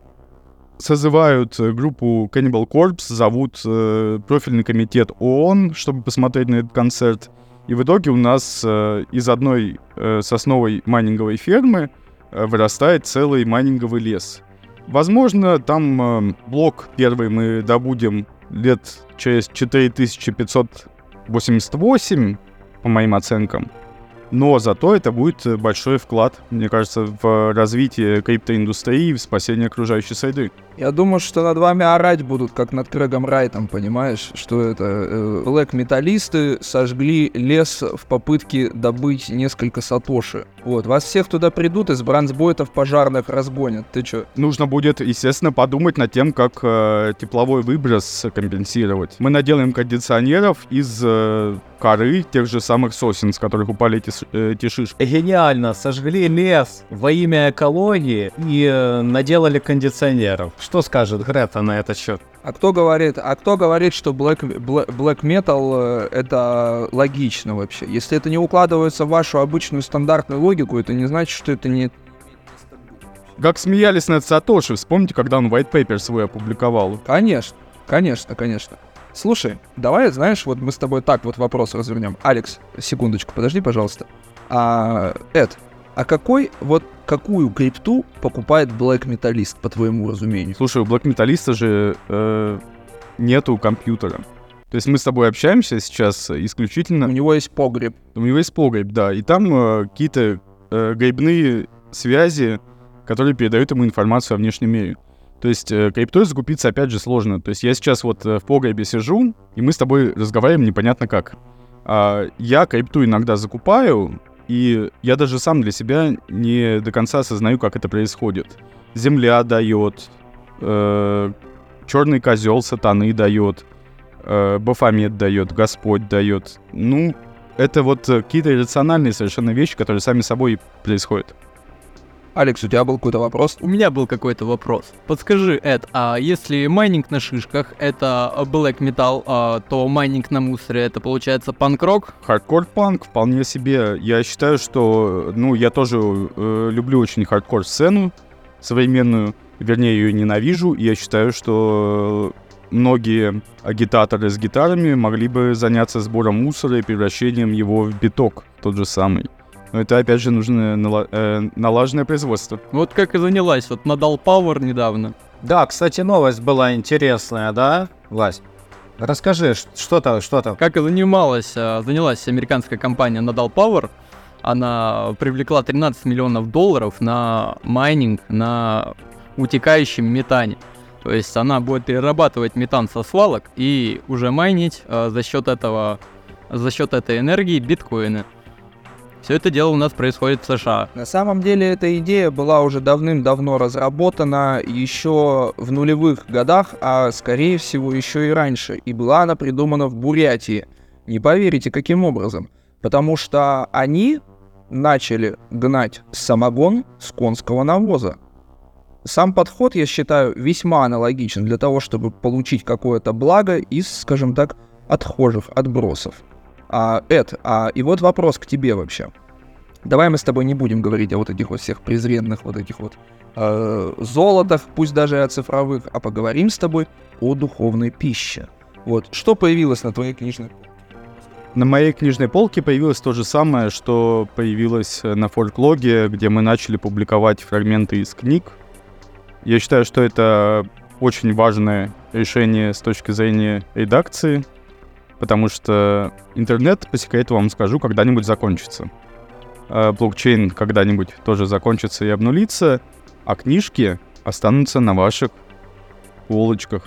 созывают группу Cannibal Corpse, зовут э, профильный комитет ООН, чтобы посмотреть на этот концерт. И в итоге у нас э, из одной э, сосновой майнинговой фермы э, вырастает целый майнинговый лес. Возможно, там э, блок первый мы добудем лет через четыре тысячи пятьсот восемьдесят восемь, по моим оценкам. Но зато это будет большой вклад, мне кажется, в развитие криптоиндустрии и в спасение окружающей среды. Я думаю, что над вами орать будут, как над Крэгом Райтом, понимаешь? Что это? э, Блэк-металлисты сожгли лес в попытке добыть несколько сатоши. Вот, вас всех туда придут, из бронзбойтов пожарных разгонят. Ты чё? Нужно будет, естественно, подумать над тем, как э, тепловой выброс компенсировать. Мы наделаем кондиционеров из э, коры тех же самых сосен, с которых упали эти, ш- э, эти шишки. Гениально, сожгли лес во имя экологии и э, наделали кондиционеров. Что скажет Грета на этот счет? А кто говорит, а кто говорит, что black, black, black metal э, это логично вообще? Если это не укладывается в вашу обычную стандартную логику, это не значит, что это не... Как смеялись над Сатоши, вспомните, когда он white paper свой опубликовал. Конечно, конечно, конечно. Слушай, давай, знаешь, вот мы с тобой так вот вопрос развернем. Алекс, секундочку, подожди, пожалуйста. А, Эд, а какой, вот какую крипту покупает блэк-металлист, по твоему разумению? Слушай, у блэк-металлиста же э, нету компьютера. То есть мы с тобой общаемся сейчас исключительно... У него есть погреб. У него есть погреб, да, и там э, какие-то э, грибные связи, которые передают ему информацию о внешнем мире. То есть э, криптой закупиться, опять же, сложно. То есть я сейчас вот э, в погребе сижу, и мы с тобой разговариваем непонятно как. А, я крипту иногда закупаю, и я даже сам для себя не до конца осознаю, как это происходит. Земля дает, э, черный козел сатаны дает, э, Бафомет дает, Господь дает. Ну, это вот э, какие-то иррациональные совершенно вещи, которые сами собой происходят. Алекс, у тебя был какой-то вопрос? У меня был какой-то вопрос. Подскажи, Эд, а если майнинг на шишках это black metal, а, то майнинг на мусоре это получается панк-рок? Хардкор-панк вполне себе. Я считаю, что, ну, я тоже э, люблю очень хардкор-сцену. современную, вернее, ее ненавижу, и я считаю, что многие агитаторы с гитарами могли бы заняться сбором мусора и превращением его в биток, тот же самый. Но это, опять же, нужно нала- э, налаженное производство. Вот как и занялась вот Nadal Power недавно. Да, кстати, новость была интересная, да, Вась? Расскажи, ш- что там, что там? Как и занималась, а, занялась американская компания Nadal Power. Она привлекла тринадцать миллионов долларов на майнинг, на утекающем метане. То есть она будет перерабатывать метан со свалок и уже майнить а, за счет этого, за счет этой энергии биткоины. Все это дело у нас происходит в США. На самом деле эта идея была уже давным-давно разработана еще в нулевых годах, а скорее всего еще и раньше. И была она придумана в Бурятии. Не поверите, каким образом. Потому что они начали гнать самогон с конского навоза. Сам подход, я считаю, весьма аналогичен для того, чтобы получить какое-то благо из, скажем так, отхожих, отбросов. А, Эд, а и вот вопрос к тебе вообще. Давай мы с тобой не будем говорить о вот этих вот всех презренных вот этих вот э, золотах, пусть даже и о цифровых, а поговорим с тобой о духовной пище. Вот, что появилось на твоей книжной полке? На моей книжной полке появилось то же самое, что появилось на форклоге, где мы начали публиковать фрагменты из книг. Я считаю, что это очень важное решение с точки зрения редакции, потому что интернет, по секрету вам скажу, когда-нибудь закончится. Блокчейн когда-нибудь тоже закончится и обнулится, а книжки останутся на ваших полочках.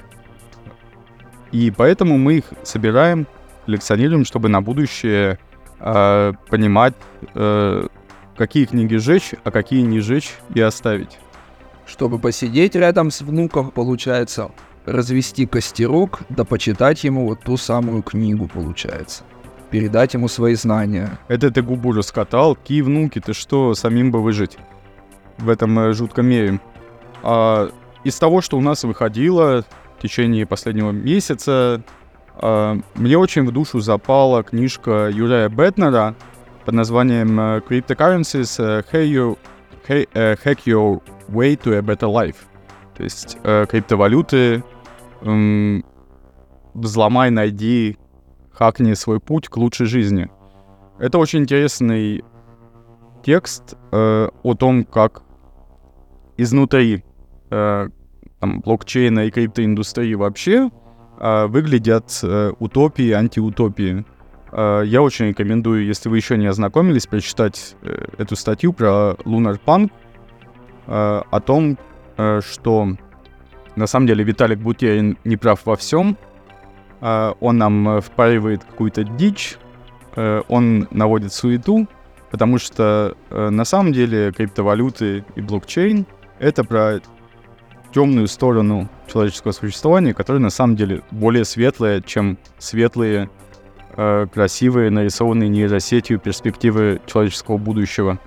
И поэтому мы их собираем, коллекционируем, чтобы на будущее э, понимать, э, какие книги сжечь, а какие не сжечь и оставить. Чтобы посидеть рядом с внуком, получается, развести костерок, да почитать ему вот ту самую книгу, получается. Передать ему свои знания. Это ты губу раскатал, какие внуки, ты что, самим бы выжить в этом э, жутком мире. А, из того, что у нас выходило в течение последнего месяца, а, мне очень в душу запала книжка Юрия Бетнера под названием Cryptocurrencies Hack Your, Hack Your Way to a Better Life. То есть э, криптовалюты, эм, взломай, найди, хакни свой путь к лучшей жизни. Это очень интересный текст э, о том, как изнутри э, там, блокчейна и криптоиндустрии вообще э, выглядят э, утопии, антиутопии. Э, я очень рекомендую, если вы еще не ознакомились, прочитать э, эту статью про Lunar Punk, э, о том, э, что на самом деле Виталик Бутерин не прав во всем. Он нам впаривает какую-то дичь, он наводит суету, потому что на самом деле криптовалюты и блокчейн — это про темную сторону человеческого существования, которая на самом деле более светлая, чем светлые, красивые, нарисованные нейросетью перспективы человеческого будущего.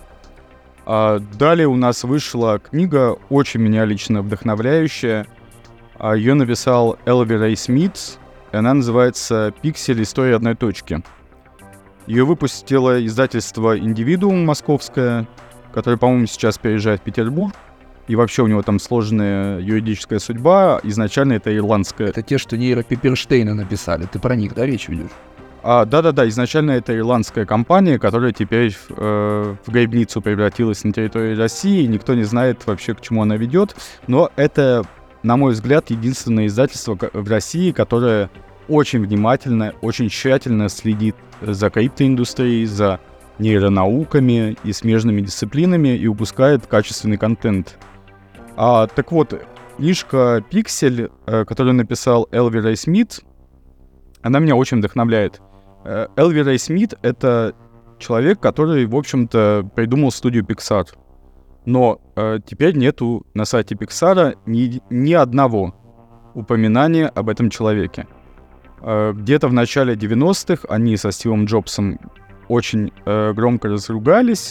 Далее у нас вышла книга, очень меня лично вдохновляющая. Ее написал Элви Рэй Смит, и она называется «Пиксель. История одной точки». Ее выпустило издательство «Индивидуум» московское, которое, по-моему, сейчас переезжает в Петербург. И вообще у него там сложная юридическая судьба. Изначально это ирландская. Это те, что Нейро Пепперштейна написали. Ты про них, да, речь ведешь? А, да-да-да, изначально это ирландская компания, которая теперь э, в гробницу превратилась на территории России. Никто не знает вообще, к чему она ведет. Но это, на мой взгляд, единственное издательство в России, которое очень внимательно, очень тщательно следит за криптоиндустрией, за нейронауками и смежными дисциплинами и выпускает качественный контент. А, так вот, книжка «Пиксель», э, которую написал Элви Рэй Смит, она меня очень вдохновляет. Э, Элви Рэй Смит — это человек, который, в общем-то, придумал студию Pixar. Но э, теперь нету на сайте Pixar ни, ни одного упоминания об этом человеке. Э, где-то в начале девяностых они со Стивом Джобсом очень э, громко разругались,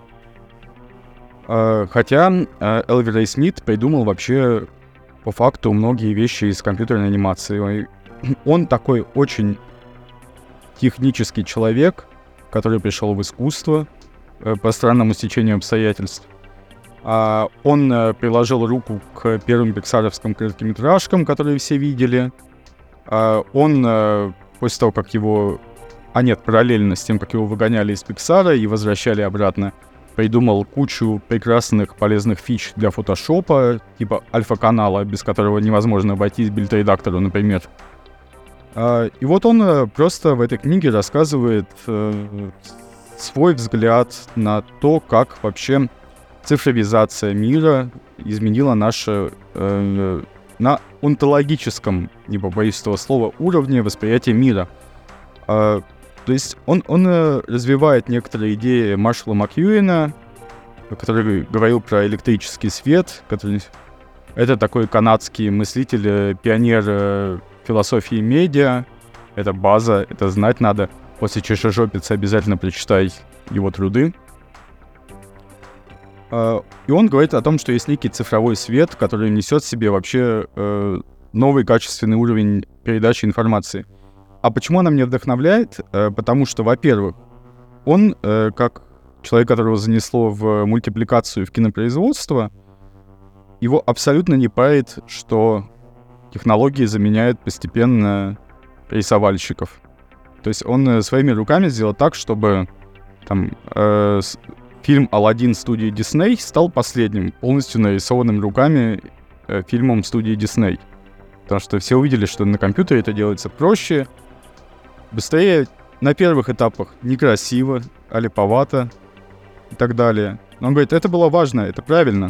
э, хотя э, Элви Рэй Смит придумал вообще по факту многие вещи из компьютерной анимации. Он такой очень технический человек, который пришел в искусство э, по странному стечению обстоятельств. А, он э, приложил руку к первым пиксаровским короткометражкам, которые все видели. А, он, э, после того, как его... А нет, параллельно с тем, как его выгоняли из Пиксара и возвращали обратно, придумал кучу прекрасных полезных фич для фотошопа, типа альфа-канала, без которого невозможно обойтись бильд-редактору, например. А, и вот он э, просто в этой книге рассказывает э, свой взгляд на то, как вообще цифровизация мира изменила наше э, на онтологическом, не побоюсь этого слова, уровне восприятия мира. Э, то есть он, он э, развивает некоторые идеи Маршалла Макьюэна, который говорил про электрический свет, который... Это такой канадский мыслитель, э, пионер э, философии медиа. Это база, это знать надо. После чешежопицы обязательно прочитай его труды. И он говорит о том, что есть некий цифровой свет, который несет в себе вообще э, новый качественный уровень передачи информации. А почему она меня вдохновляет? Э, потому что, во-первых, он, э, как человек, которого занесло в мультипликацию, в кинопроизводство, его абсолютно не парит, что технологии заменяют постепенно рисовальщиков. То есть он э, своими руками сделал так, чтобы там... Э, с, Фильм «Аладдин» студии Disney стал последним полностью нарисованным руками э, фильмом студии Disney. Потому что все увидели, что на компьютере это делается проще, быстрее, на первых этапах некрасиво, алиповато и так далее. Но он говорит, это было важно, это правильно,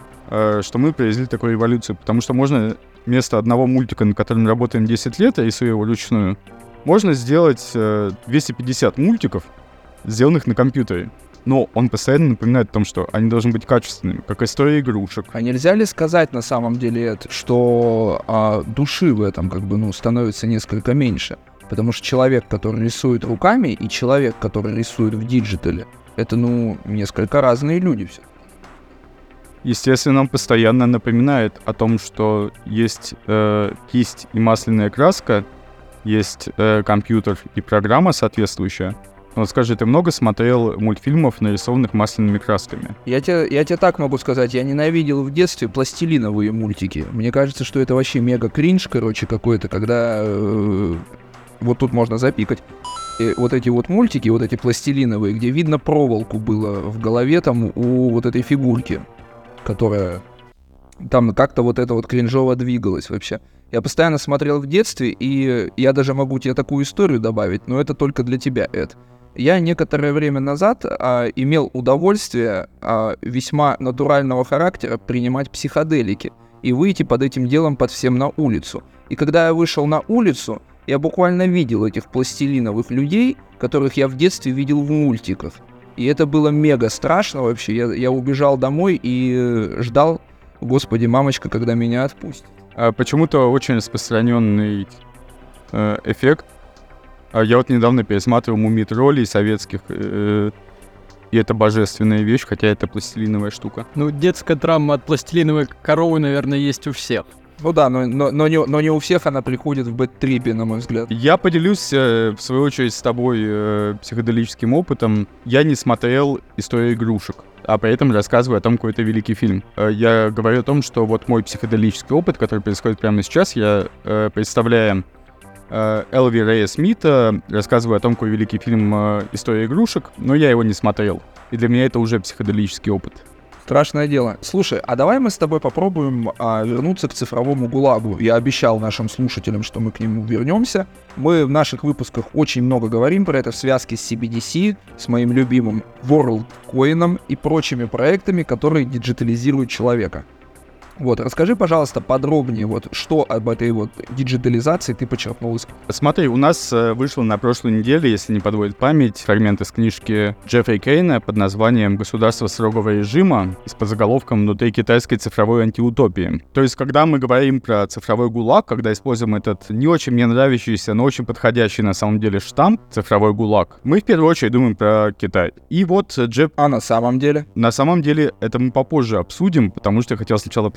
э, что мы произвели такую революцию, потому что можно вместо одного мультика, над которым работаем десять лет, рисуя его вручную, можно сделать э, двести пятьдесят мультиков, сделанных на компьютере. Но он постоянно напоминает о том, что они должны быть качественными, как история игрушек. А нельзя ли сказать на самом деле, это, что а, души в этом как бы, ну, становится несколько меньше? Потому что человек, который рисует руками, и человек, который рисует в диджитале, это, ну, несколько разные люди все. Естественно, он постоянно напоминает о том, что есть э, кисть и масляная краска, есть э, компьютер и программа соответствующая. Вот скажи, ты много смотрел мультфильмов, нарисованных масляными красками? Я тебе, я тебе так могу сказать, я ненавидел в детстве пластилиновые мультики. Мне кажется, что это вообще мега кринж, короче, какой-то, когда... Э, вот тут можно запикать. И вот эти вот мультики, вот эти пластилиновые, где видно проволоку было в голове там у вот этой фигурки, которая... Там как-то вот это вот кринжово двигалось вообще. Я постоянно смотрел в детстве, и я даже могу тебе такую историю добавить, но это только для тебя, Эд. Я некоторое время назад а, имел удовольствие а, весьма натурального характера принимать психоделики и выйти под этим делом под всем на улицу. И когда я вышел на улицу, я буквально видел этих пластилиновых людей, которых я в детстве видел в мультиках. И это было мега страшно вообще. Я, я убежал домой и ждал, господи, мамочка, когда меня отпустят. А почему-то очень распространенный э, эффект. Я вот недавно пересматривал «Мумий-троллей» советских, э, и это божественная вещь, хотя это пластилиновая штука. Ну, детская травма от пластилиновой коровы, наверное, есть у всех. Ну да, но, но, но, не, но не у всех она приходит в бэд-трипе, на мой взгляд. Я поделюсь, э, в свою очередь, с тобой э, психоделическим опытом. Я не смотрел «Историю игрушек», а при этом рассказываю о том, какой это великий фильм. Э, я говорю о том, что вот мой психоделический опыт, который происходит прямо сейчас, я э, представляю Элви Рэя Смита, рассказываю о том, какой великий фильм «История игрушек», но я его не смотрел. И для меня это уже психоделический опыт. Страшное дело. Слушай, а давай мы с тобой попробуем а, вернуться к цифровому ГУЛАГу. Я обещал нашим слушателям, что мы к нему вернемся. Мы в наших выпусках очень много говорим про это в связке с си би ди си, с моим любимым WorldCoin и прочими проектами, которые диджитализируют человека. Вот, расскажи, пожалуйста, подробнее, вот, что об этой вот диджитализации ты почерпнул из... Смотри, у нас э, вышло на прошлой неделе, если не подводит память, фрагмент из книжки Джеффри Кейна под названием «Государство строгого режима» и с подзаголовком «Внутри китайской цифровой антиутопии». То есть, когда мы говорим про цифровой ГУЛАГ, когда используем этот не очень мне нравящийся, но очень подходящий на самом деле штамп «цифровой ГУЛАГ», мы в первую очередь думаем про Китай. И вот Джефф... А на самом деле? На самом деле, это мы попозже обсудим, потому что я хотел сначала про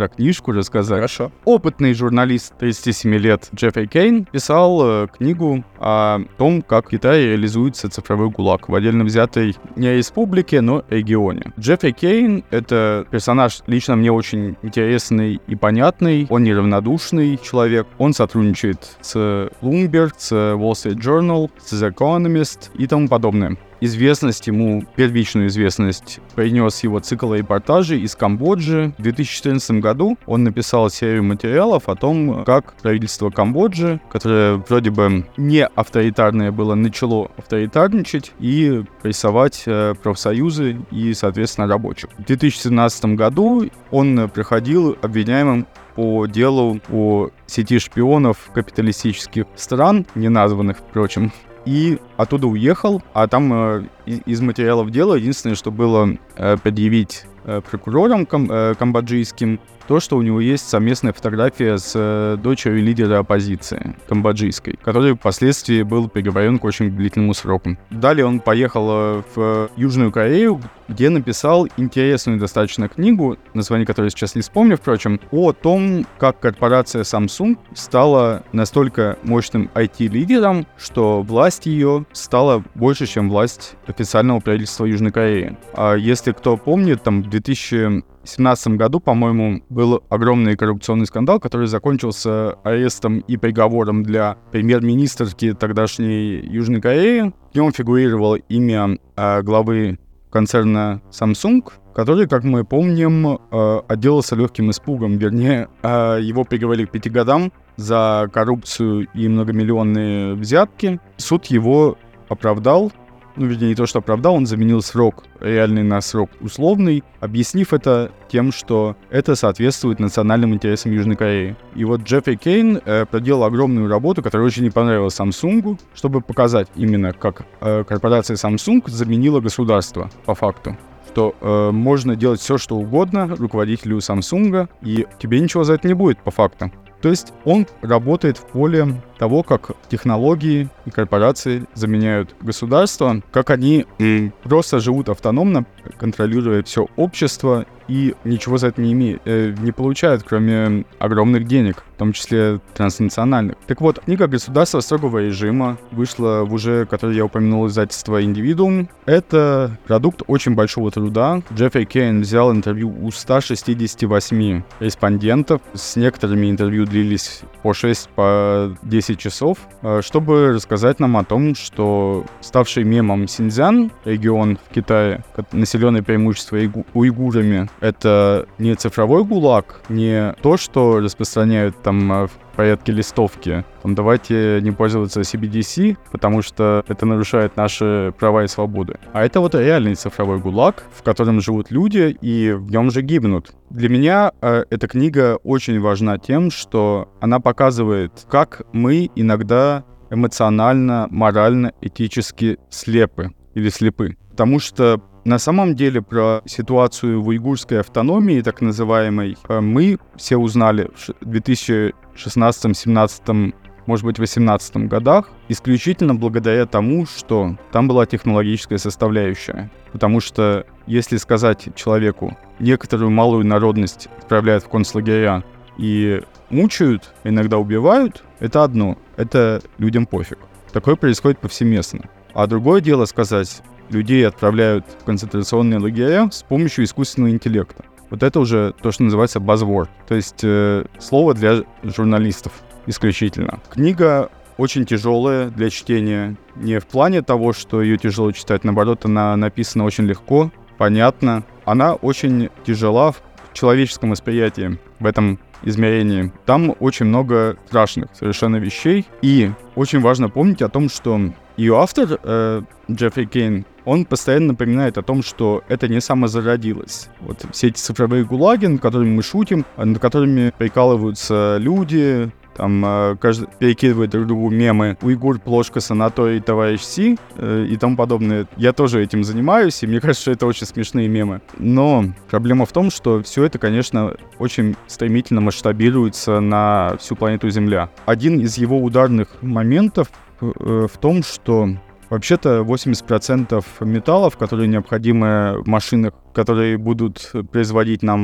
книжку рассказать. Хорошо. Опытный журналист тридцати семи лет Джеффри Кейн писал э, книгу о том, как в Китае реализуется цифровой ГУЛАГ в отдельно взятой не республике, но регионе. Джеффри Кейн — это персонаж лично мне очень интересный и понятный. Он неравнодушный человек. Он сотрудничает с Bloomberg, с Wall Street Journal, с The Economist и тому подобное. Известность ему, первичную известность, принес его цикл репортажей из Камбоджи. В две тысячи четырнадцатом году он написал серию материалов о том, как правительство Камбоджи, которое вроде бы не авторитарное было, начало авторитарничать и прессовать э, профсоюзы и, соответственно, рабочих. В две тысячи семнадцатом году он проходил обвиняемым по делу о сети шпионов капиталистических стран, не названных, впрочем, и оттуда уехал, а там э, из материалов дела единственное, что было э, предъявить э, прокурорам кам- э, камбоджийским, то, что у него есть совместная фотография с э, дочерью лидера оппозиции камбоджийской, который впоследствии был приговорен к очень длительному сроку. Далее он поехал э, в Южную Корею, где написал интересную достаточно книгу, название которой сейчас не вспомню, впрочем, о том, как корпорация Samsung стала настолько мощным ай ти-лидером, что власть ее стала больше, чем власть официального правительства Южной Кореи. А если кто помнит, там в две тысячи семнадцатом году, по-моему, был огромный коррупционный скандал, который закончился арестом и приговором для премьер-министрки тогдашней Южной Кореи. В нем фигурировало имя э, главы концерна Samsung, который, как мы помним, э, отделался легким испугом. Вернее, э, его приговорили к пяти годам за коррупцию и многомиллионные взятки. Суд его оправдал. Ну, вернее, не то, что оправдал, он заменил срок реальный на срок условный, объяснив это тем, что это соответствует национальным интересам Южной Кореи. И вот Джеффри Кейн э, проделал огромную работу, которая очень не понравилась Samsung, чтобы показать именно, как э, корпорация Samsung заменила государство по факту. Что э, можно делать все, что угодно руководителю Samsung, и тебе ничего за это не будет по факту. То есть он работает в поле того, как технологии и корпорации заменяют государство, как они mm. просто живут автономно, контролируя все общество и ничего за это не имеют, э, не получают, кроме огромных денег, в том числе транснациональных. Так вот, книга «Государство строгого режима» вышла в уже, который я упомянул, издательство «Индивидуум». Это продукт очень большого труда. Джеффри Кейн взял интервью у ста шестидесяти восьми респондентов. С некоторыми интервью длились по шесть, по десять часов, чтобы рассказать нам о том, что ставший мемом Синьцзян, регион в Китае, населенный преимущественно уйгурами, это не цифровой ГУЛАГ, не то, что распространяют там в порядке листовки. Там, давайте не пользоваться си би ди си, потому что это нарушает наши права и свободы. А это вот реальный цифровой ГУЛАГ, в котором живут люди и в нем же гибнут. Для меня э, эта книга очень важна тем, что она показывает, как мы иногда эмоционально, морально, этически слепы или слепы. Потому что на самом деле про ситуацию в уйгурской автономии, так называемой, мы все узнали в две тысячи шестнадцатом, семнадцатом, может быть, восемнадцатом годах исключительно благодаря тому, что там была технологическая составляющая. Потому что если сказать человеку, некоторую малую народность отправляют в концлагеря и мучают, иногда убивают, это одно, это людям пофиг. Такое происходит повсеместно. А другое дело сказать, людей отправляют в концентрационные лагеря с помощью искусственного интеллекта. Вот это уже то, что называется buzzword, то есть э, слово для журналистов исключительно. Книга очень тяжелая для чтения, не в плане того, что ее тяжело читать, наоборот, она написана очень легко, понятно. Она очень тяжела в человеческом восприятии в этом измерении. Там очень много страшных совершенно вещей, и очень важно помнить о том, что ее автор, э, Джеффри Кейн, он постоянно напоминает о том, что это не самозародилось. Вот все эти цифровые гулаги, над которыми мы шутим, над которыми прикалываются люди, там э, каждый перекидывает друг другу мемы «Уйгур, плошка, санаторий, товарищ Си» э, и тому подобное. Я тоже этим занимаюсь, и мне кажется, что это очень смешные мемы. Но проблема в том, что все это, конечно, очень стремительно масштабируется на всю планету Земля. Один из его ударных моментов э, в том, что вообще-то восемьдесят процентов металлов, которые необходимы в машинах, которые будут производить нам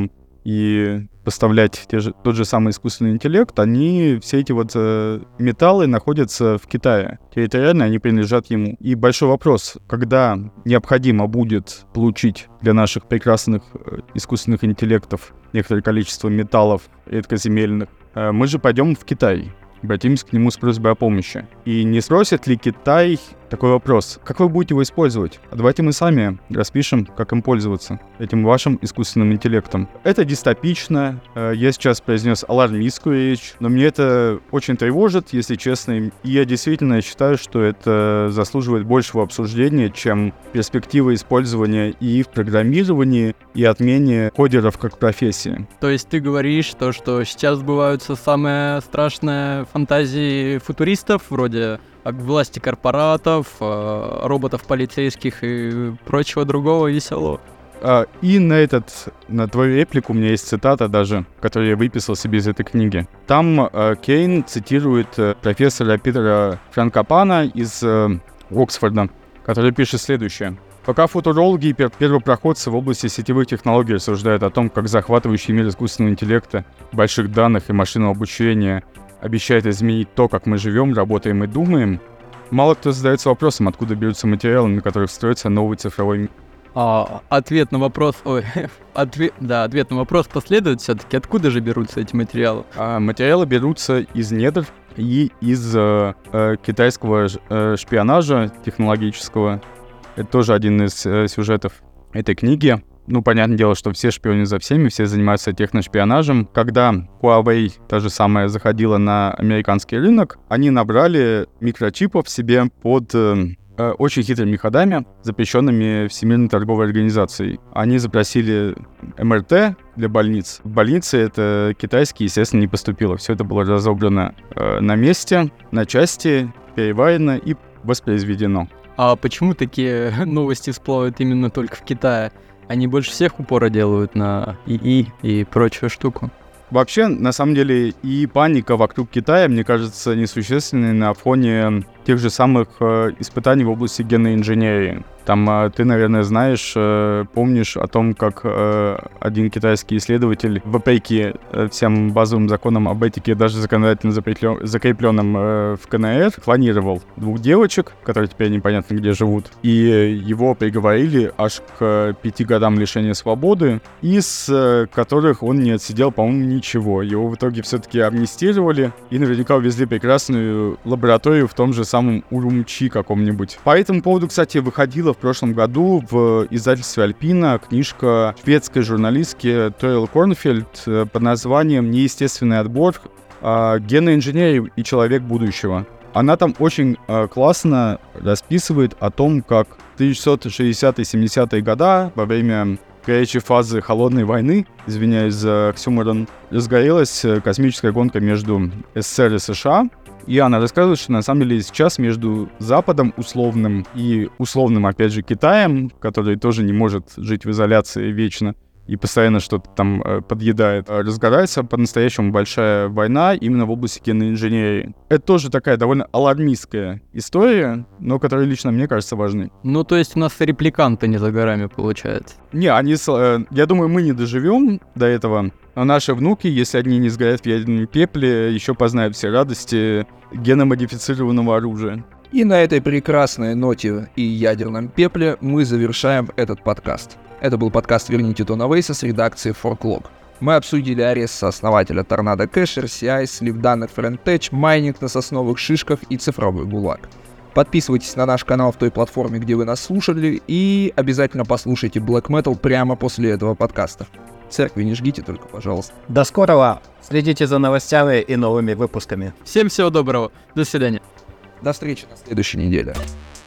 и поставлять те же, тот же самый искусственный интеллект, они, все эти вот э, металлы находятся в Китае. Территориально они принадлежат ему. И большой вопрос, когда необходимо будет получить для наших прекрасных э, искусственных интеллектов некоторое количество металлов редкоземельных, э, мы же пойдем в Китай. Обратимся к нему с просьбой о помощи. И не спросит ли Китай такой вопрос: как вы будете его использовать? А давайте мы сами распишем, как им пользоваться, этим вашим искусственным интеллектом. Это дистопично. Я сейчас произнес алармистскую речь, но мне это очень тревожит, если честно. И я действительно считаю, что это заслуживает большего обсуждения, чем перспектива использования ИИ в программировании и отмене кодеров как профессии. То есть ты говоришь то, что сейчас сбываются самые страшные фантазии футуристов, вроде власти корпоратов, роботов полицейских и прочего другого веселого. А, и на этот, на твою реплику у меня есть цитата даже, которую я выписал себе из этой книги. Там а, Кейн цитирует а, профессора Питера Франкопана из а, Оксфорда, который пишет следующее. Пока футурологи и пер- первопроходцы в области сетевых технологий рассуждают о том, как захватывающий мир искусственного интеллекта, больших данных и машинного обучения обещает изменить то, как мы живем, работаем и думаем, мало кто задается вопросом, откуда берутся материалы, на которых строится новый цифровой мир. А, ответ на вопрос, ой, ответ, да, ответ на вопрос последует все-таки, откуда же берутся эти материалы? А, материалы берутся из недр и из э, э, китайского э, шпионажа технологического. Это тоже один из э, сюжетов этой книги. Ну, понятное дело, что все шпионят за всеми, все занимаются техношпионажем. Когда Huawei, та же самая, заходила на американский рынок, они набрали микрочипов себе под э, э, очень хитрыми ходами, запрещенными Всемирной торговой организацией. Они запросили эм эр тэ для больниц. В больнице это китайский, естественно, не поступило. Все это было разобрано э, на месте, на части, переварено и воспроизведено. А почему такие новости всплывают именно только в Китае? Они больше всех упора делают на ИИ и прочую штуку. Вообще, на самом деле, и паника вокруг Китая, мне кажется, несущественной на фоне тех же самых э, испытаний в области генной инженерии. Там э, ты, наверное, знаешь, э, помнишь о том, как э, один китайский исследователь, вопреки э, всем базовым законам об этике, даже законодательно запретлен, закрепленным э, в ка эн эр, клонировал двух девочек, которые теперь непонятно где живут, и его приговорили аж к пяти годам лишения свободы, из э, которых он не отсидел, по-моему, ничего. Его в итоге все-таки амнистировали и наверняка увезли в прекрасную лабораторию в том же самом Урумчи каком-нибудь. По этому поводу, кстати, выходила в прошлом году в издательстве Альпина книжка шведской журналистки Торил Корнфельд под названием «Неестественный отбор. Генная инженерия и человек будущего». Она там очень э, классно расписывает о том, как в тысяча девятьсот шестидесятые-семидесятые годы, во время горячей фазы холодной войны, извиняюсь за оксюморон, разгорелась космическая гонка между эс эс эс эр и США. И она рассказывает, что на самом деле сейчас между Западом условным и условным, опять же, Китаем, который тоже не может жить в изоляции вечно и постоянно что-то там э, подъедает, разгорается по-настоящему большая война именно в области генной инженерии. Это тоже такая довольно алармистская история, но которая лично мне кажется важной. Ну, то есть у нас репликанты не за горами, получается. Не, они, э, я думаю, мы не доживем до этого, но наши внуки, если они не сгорят в ядерном пепле, еще познают все радости геномодифицированного оружия. И на этой прекрасной ноте и ядерном пепле мы завершаем этот подкаст. Это был подкаст «Верните Тона Вейса» с редакцией форклог. Мы обсудили арест сооснователя Tornado Cash, эр си ай, слив данных FriendTech, майнинг на сосновых шишках и цифровой ГУЛАГ. Подписывайтесь на наш канал в той платформе, где вы нас слушали, и обязательно послушайте Black Metal прямо после этого подкаста. Церкви не жгите только, пожалуйста. До скорого! Следите за новостями и новыми выпусками. Всем всего доброго. До свидания. До встречи на следующей неделе.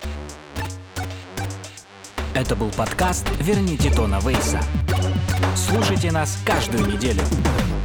Это был подкаст «Верните Тона Вейса». Слушайте нас каждую неделю.